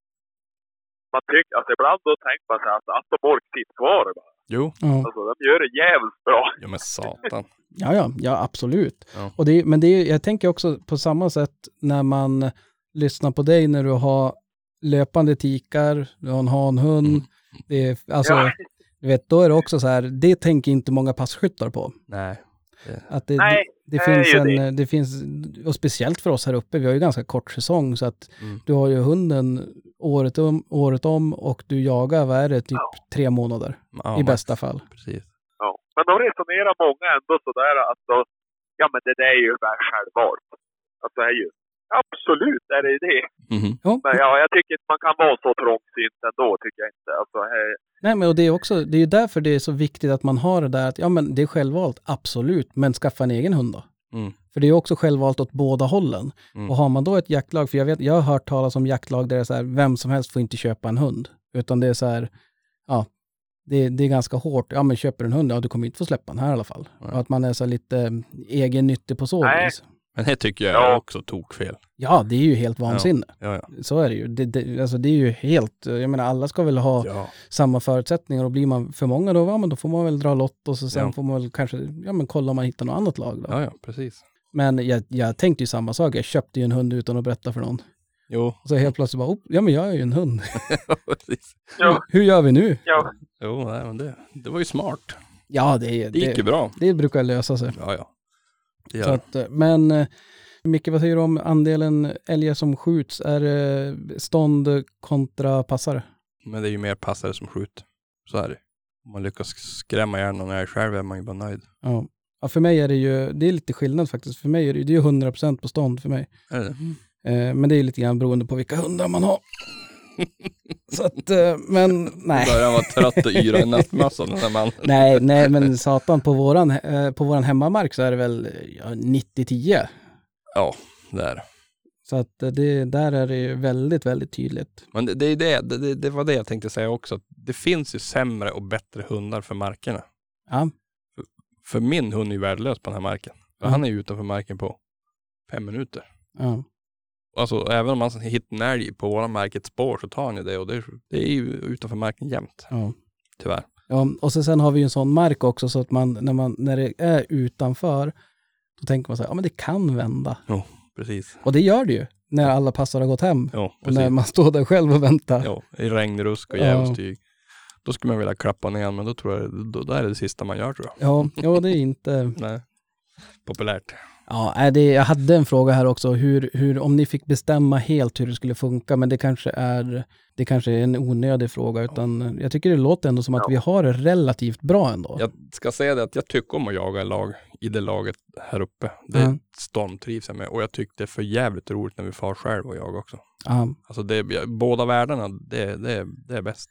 Man tycker, alltså ibland då tänker man sig att, att de orkar sitta kvar bara. Jo, Ja, Alltså de gör det jävligt bra. ja men satan. ja, ja, ja absolut. Ja. Och det, men det är, jag tänker också på samma sätt när man lyssnar på dig när du har löpande tikar, du har en hanhund. Mm. Det är, alltså, Ja. du vet, då är det också så här, det tänker inte många passkyttar på. Nej. Att det, Nej, det, det det är finns ju en, det. det finns, och speciellt för oss här uppe, vi har ju ganska kort säsong så att Mm. du har ju hunden året om, året om och du jagar, vad är det, typ Ja. tre månader Ja, i men- bästa fall. Precis. Ja. Men då resonerar många ändå sådär att då, ja men det där är ju väl självvalt. Alltså det är ju, absolut är det det. Mhm. Ja. Men ja, jag tycker inte man kan vara så trångsynt ändå, tycker jag inte. Alltså, här, Nej, men och det är också, det är ju därför det är så viktigt att man har det där att, ja men det är självvalt, absolut, men skaffa en egen hund då. Mm. För det är också självvalt åt båda hållen. Mm. Och har man då ett jaktlag, för jag vet, jag har hört talas om jaktlag där det är så här, vem som helst får inte köpa en hund. Utan det är så här, ja, det, det är ganska hårt. Ja men köper du en hund, ja du kommer inte få släppa den här i alla fall. Nej. Och att man är så här lite egennyttig på så Nej. vis. Men det tycker jag Ja. är också tokfel. Ja, det är ju helt vansinne. Ja, ja. Så är det ju. Det, det, alltså det är ju helt, jag menar alla ska väl ha Ja. samma förutsättningar och blir man för många då, ja, men då får man väl dra lott och så sen Ja. får man väl kanske, ja men kolla om man hittar något annat lag då. Ja, ja, precis. Men jag, jag tänkte ju samma sak, jag köpte ju en hund utan att berätta för någon. Jo, Och så helt plötsligt bara, oh, ja men jag är ju en hund. precis. ja, Hur gör vi nu? ja. Jo, nej, men det, det var ju smart. Ja, det, är- Det gick ju det, bra. det brukar lösa sig. Ja, ja. Det Så gör. att, eh, men eh, Micke, vad säger du om andelen älgar som skjuts? Är det stånd kontra passare? Men det är ju mer passare som skjuter. Så är det. Om man lyckas skrämma ihjäl någon älg själv är man ju bara nöjd. Ja. Ja, för mig är det ju, det är lite skillnad faktiskt. För mig är det, det är ju hundra procent på stånd för mig. Är det? Eh, men det är lite grann beroende på vilka hundar man har. Så att, eh, men nej. Börjar vara trött och yra i nattmössan den här man. nej, nej, men satan, på våran, eh, på våran hemmamark så är det väl ja, nittio tio. Ja, det är det. Så att eh, det, där är det ju väldigt, väldigt tydligt. Men det, det, är det, det, det var det jag tänkte säga också. Att det finns ju sämre och bättre hundar för markerna. Ja, För min hund är ju värdelös på den här marken. För Mm. han är ju utanför marken på fem minuter. ja. Alltså även om man hittar en älg på våra mark ett spår så tar han ju det. Och det, är- det är ju utanför marken jämt. ja. Tyvärr. Ja, och så sen har vi ju en sån mark också så att man, när, man, när det är utanför, då tänker man så här, ja men det kan vända. Precis. Och det gör det ju, när alla passar har gått hem. Ja, Och när precis. man står där själv och väntar. Ja, i regn, rusk och Ja. djävulstyg. Då skulle man vilja klappa ner, men då tror jag, då, då är det det sista man gör tror jag. Ja, ja det är inte... Nej. Populärt. Ja, nej, det, jag hade en fråga här också, hur, hur, om ni fick bestämma helt hur det skulle funka, men det kanske är, det kanske är en onödig fråga, utan jag tycker det låter ändå som att vi har det relativt bra ändå. Jag ska säga det att jag tycker om att jaga i lag, i det laget här uppe. Det Mm. stormtrivs jag med. Och jag tycker det är för jävligt roligt när vi far själv och jag också. Ja, Alltså det, båda världarna, det, det, det är bäst.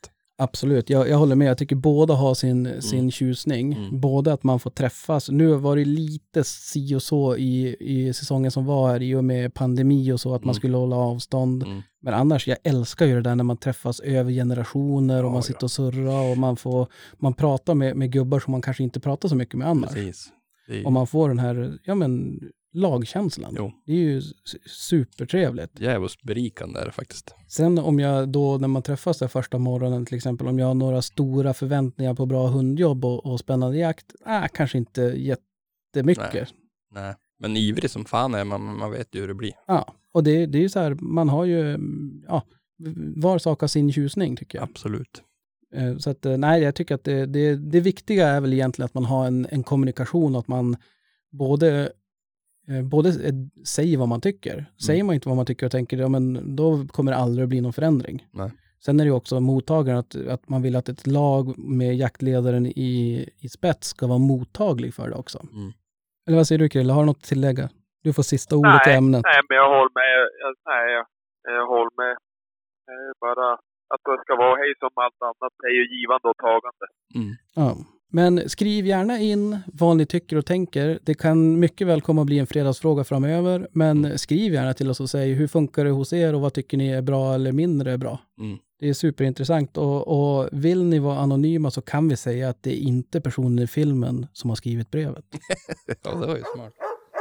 Absolut, jag, jag håller med. Jag tycker båda har sin, mm. sin tjusning. Mm. Både att man får träffas. Nu var det lite si och så i, i säsongen som var här i och med pandemi och så, att mm. man skulle hålla avstånd. Mm. Men annars, jag älskar ju det där när man träffas över generationer och ja, man sitter ja. och surrar och man får man pratar med, med gubbar som man kanske inte pratar så mycket med annars. Precis. Är... Och man får den här, ja men, lagkänslan. Jo. Det är ju supertrevligt. Jävligt berikande är det faktiskt. Sen om jag då, när man träffas där första morgonen till exempel, om jag har några stora förväntningar på bra hundjobb och, och spännande jakt, äh, kanske inte jättemycket. Nej. Nej, men ivrig som fan är man, man vet ju hur det blir. Ja, och det, det är ju så här, man har ju, ja, var sak har sin tjusning tycker jag. Absolut. Så att, nej, jag tycker att det, det, det viktiga är väl egentligen att man har en, en kommunikation och att man både Både säger vad man tycker. Mm. Säger man inte vad man tycker och tänker, ja, men då kommer det aldrig bli någon förändring. Nej. Sen är det ju också mottagaren att, att man vill att ett lag med jaktledaren i, i spets ska vara mottaglig för det också. Mm. Eller vad säger du, Krille? Har du något att tillägga? Du får sista ordet nej, i ämnet. Nej, men jag håller med. Jag, nej, jag, jag håller med. Bara att det ska vara hej som allt annat. Det är ju givande och tagande. Mm. Ja. Men skriv gärna in vad ni tycker och tänker. Det kan mycket väl komma att bli en fredagsfråga framöver. Men skriv gärna till oss och säg hur funkar det hos er och vad tycker ni är bra eller mindre bra. Mm. Det är superintressant. Och, och vill ni vara anonyma så kan vi säga att det är inte personen i filmen som har skrivit brevet. Ja, det var ju smart.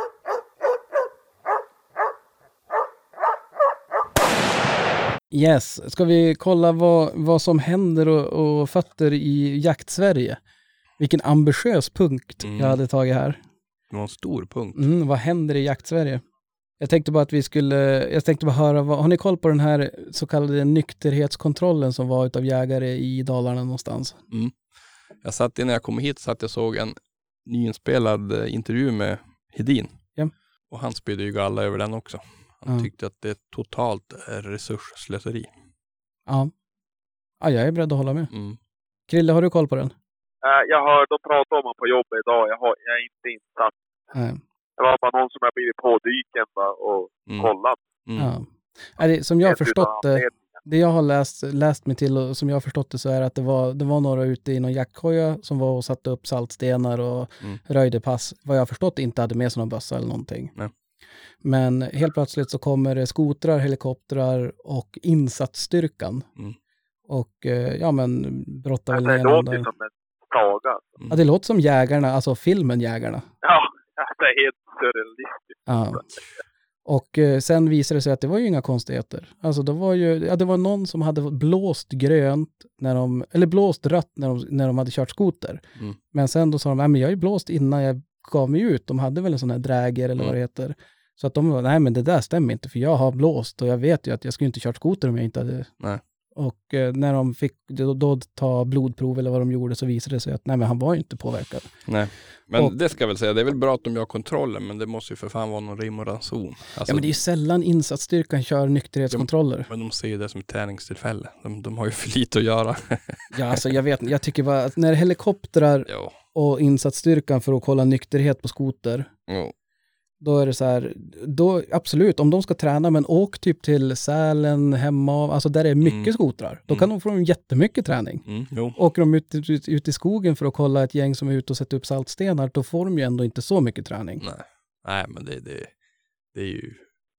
Yes, ska vi kolla vad, vad som händer och, och fötter i Jakt-Sverige? Vilken ambitiös punkt mm. jag hade tagit här. Det var en stor punkt. Mm, vad händer i Jakt-Sverige? Jag tänkte bara att vi skulle, jag tänkte bara höra, vad, har ni koll på den här så kallade nykterhetskontrollen som var utav jägare i Dalarna någonstans? Mm. Jag satt innan jag kom hit så att jag såg en nyinspelad intervju med Hedin. Ja. Och han spydde ju galla över den också. Han ja. tyckte att det är totalt resursslöseri. Ja. Ja, jag är beredd att hålla med. Mm. Krille, har du koll på den? Uh, jag har, de pratar om honom på jobbet idag. Jag, har, jag är inte insatt. Nej. Det var bara någon som har blivit på dyken och mm. kollat. Mm. Ja. Är det, som jag har förstått det, det jag har läst, läst mig till och som jag har förstått det så är att det var, det var några ute i någon jaktkoja som var och satte upp saltstenar och mm. röjde pass. Vad jag har förstått inte hade med sig någon bössa eller någonting. Nej. Men helt plötsligt så kommer det skotrar, helikoptrar och insatsstyrkan. Mm. Och ja men brottar väl ner. Det låter som en saga. Mm. Ja, det låter som jägarna, alltså filmen Jägarna. Ja, det är helt surrealistiskt. Ja. Och eh, sen visade det sig att det var ju inga konstigheter. Alltså det var ju, ja det var någon som hade blåst grönt när de, eller blåst rött när de, när de hade kört skoter. Mm. Men sen då sa de, nej men jag är blåst innan jag gav mig ut. De hade väl en sån här dräger eller mm. vad det heter. Så att de var, nej men det där stämmer inte för jag har blåst och jag vet ju att jag skulle inte kört skoter om jag inte hade... Nej. Och eh, när de fick då, då ta blodprov eller vad de gjorde så visade det sig att nej men han var ju inte påverkad. Nej, men och, det ska jag väl säga, det är väl bra att de gör kontrollen men det måste ju för fan vara någon rim och ranson. Alltså, ja men det är ju sällan insatsstyrkan kör nykterhetskontroller. De, men de ser ju det som ett träningstillfälle. De, de har ju för lite att göra. Ja alltså jag vet, jag tycker bara att när helikoptrar jo. och insatsstyrkan för att kolla nykterhet på skoter. Jo. Då är det så här, då absolut, om de ska träna, men åk typ till Sälen, hemma, alltså där det är mycket mm. skotrar. Då kan mm. de få en jättemycket träning. Mm, jo. Åker de ut, ut, ut i skogen för att kolla ett gäng som är ute och sätter upp saltstenar, då får de ju ändå inte så mycket träning. Nej, Nej men det, det, det är ju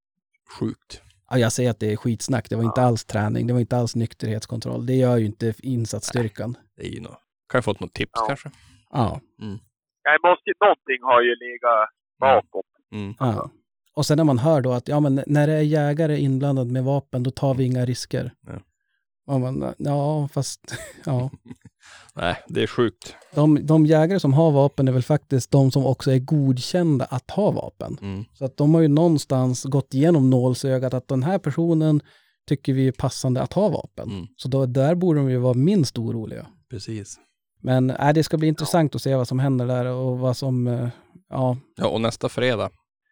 sjukt. Ja, jag säger att det är skitsnack. Det var inte alls träning, det var inte alls nykterhetskontroll. Det gör ju inte insatsstyrkan. Nej, det är ju något. Kan jag fått något tips ja. kanske? Ja. Mm. Jag måste ju, någonting har ju legat bakom. Mm. Ja. Och sen när man hör då att ja, men när det är jägare inblandad med vapen då tar vi inga risker. Ja, och man, ja fast ja. Nej, det är sjukt. De, de jägare som har vapen är väl faktiskt de som också är godkända att ha vapen. Mm. Så att de har ju någonstans gått igenom nålsögat att den här personen tycker vi är passande att ha vapen. Mm. Så då, där borde de ju vara minst oroliga. Precis. Men äh, det ska bli intressant att se vad som händer där och vad som, äh, ja. Ja, och nästa fredag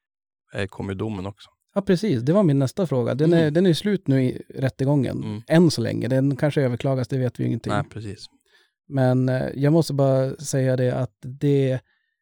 kommer domen också. Ja, precis. Det var min nästa fråga. Den är, mm. den är slut nu i rättegången. Mm. Än så länge. Den kanske överklagas, det vet vi ingenting. Nej, precis. Men eh, jag måste bara säga det att det,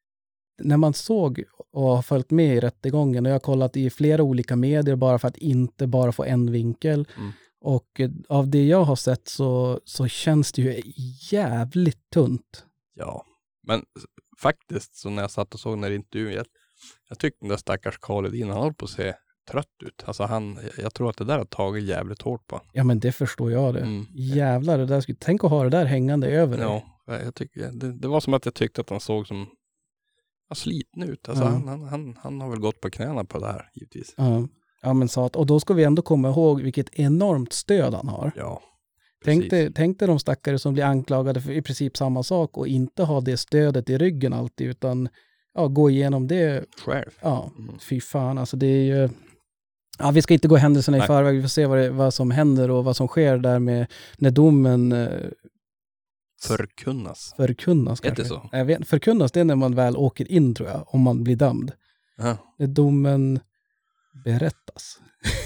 när man såg och har följt med i rättegången och jag har kollat i flera olika medier bara för att inte bara få en vinkel. Mm. Och eh, av det jag har sett så, så känns det ju jävligt tunt. Ja, men faktiskt så när jag satt och såg den här intervjun, jag, jag tyckte den där stackars Karl Hedin, han håller på att se trött ut. Alltså han, jag tror att det där har tagit jävligt hårt på. Ja, men det förstår jag det. Mm. Jävlar, det där skulle, tänk att ha det där hängande över dig. Ja, jag tycker, det, det var som att jag tyckte att han såg som ja, sliten ut. Alltså Ja. han, han, han, han har väl gått på knäna på det här, givetvis. Ja. Ja, men så att, och då ska vi ändå komma ihåg vilket enormt stöd han har. Ja, Tänk dig, tänk dig de stackare som blir anklagade för i princip samma sak och inte ha det stödet i ryggen alltid, utan ja, gå igenom det. själv. Ja, Mm. fy fan. Alltså det är ju... Ja, vi ska inte gå händelserna i Nej. förväg. Vi får se vad, det, vad som händer och vad som sker där med när domen eh, Förkunnas. förkunnas. Heter Kanske. det så? Jag vet, förkunnas, det är när man väl åker in, tror jag, om man blir dömd. Ja. När domen berättas.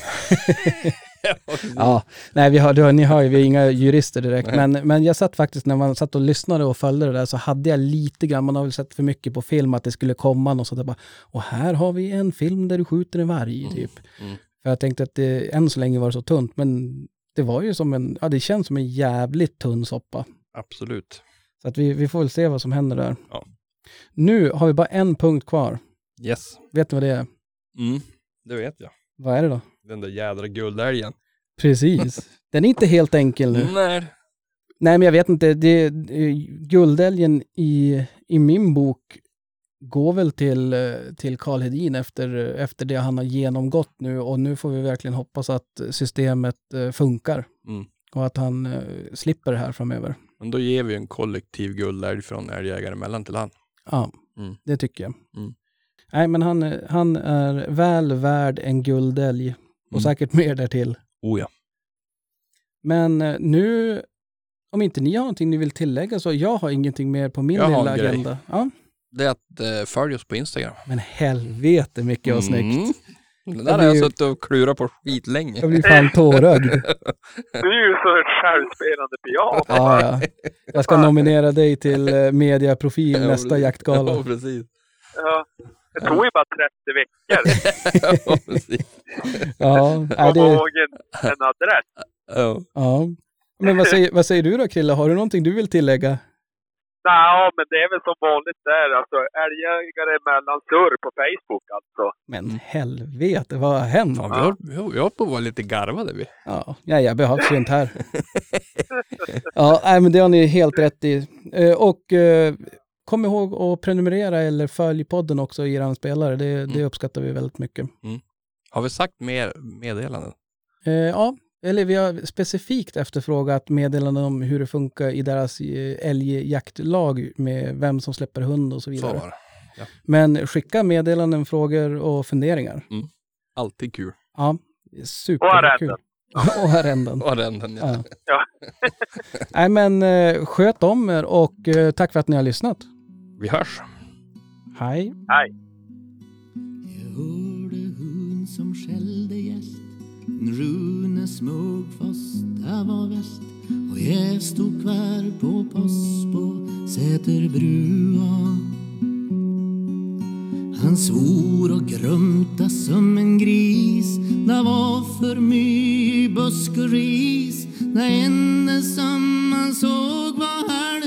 Ja, nej, vi har, du, ni hör ju, vi är inga jurister direkt, men, men jag satt faktiskt, när man satt och lyssnade och följde det där, så hade jag lite grann, man har väl sett för mycket på film att det skulle komma något så där bara, och här har vi en film där du skjuter en varg, typ. Mm. För jag tänkte att det än så länge var så tunt, men det var ju som en, ja, det känns som en jävligt tunn soppa. Absolut. Så att vi, vi får väl se vad som händer där. Ja. Nu har vi bara en punkt kvar. Yes. Vet ni vad det är? Mm. Det vet jag. Vad är det då? Den där jädra guldälgen. Precis. Den är inte helt enkel nu. Nej. Nej, men jag vet inte. Det, guldälgen i, i min bok går väl till, till Karl Hedin efter, efter det han har genomgått nu. Och nu får vi verkligen hoppas att systemet funkar. Mm. Och att han uh, slipper det här framöver. Men då ger vi en kollektiv guldälg från älgjägare mellan till han. Ja, Mm. det tycker jag. Mm. Nej, men han, han är väl värd en guldälg. Och Mm. säkert mer därtill. Oh ja. Men uh, nu, om inte ni har någonting ni vill tillägga, så jag har ingenting mer på min Jag har lilla en grej. agenda. Ja. Det är att eh, följ oss på Instagram. Men helvete mycket och snyggt. Mm. Det där Jag har jag blir- suttit och klurat på skitlänge. Jag blir fan tårögd. Du är ju så ett självspelande piano. Ja, ja. Jag ska nominera dig till eh, mediaprofil Ja, nästa precis. jaktgala. Ja, precis. Ja. Det tog ju bara trettio veckor Ja, precis. Ja, att är komma det, ihåg en, en adress. Ja. ja. Men vad säger, vad säger du då, Krille? Har du någonting du vill tillägga? Nej, men det är väl som vanligt där. Alltså, älgjägare mellan surr på Facebook alltså. Men helvete, vad har hänt? Ja, vi har, vi har, vi har på att vara lite garvade vi. Ja, ja, jag behövs ju inte här. Ja, nej, men det har ni helt rätt i. Eh, Och eh, kom ihåg att prenumerera eller följ podden också i er spelare. Det, det uppskattar vi väldigt mycket. Har vi sagt mer meddelanden? Eh, ja, eller vi har specifikt efterfrågat meddelanden om hur det funkar i deras eh, älgjaktlag med vem som släpper hund och så Så vidare. var det. Men skicka meddelanden, frågor och funderingar. Alltid kul. Ja, Och superkul. arrenden. Och arrenden. Och arrenden, ja. Ja. Ja. Nej, men eh, sköt om er och eh, tack för att ni har lyssnat. Vi hörs. Hej. Hej. Jag hörde hon som skällde gäst. En Rune smög fast det var väst. Och jag stod kvar på post på Säterbrua. Han svor och grumta som en gris. Det var för mycket busk och ris. Det enda som man såg var här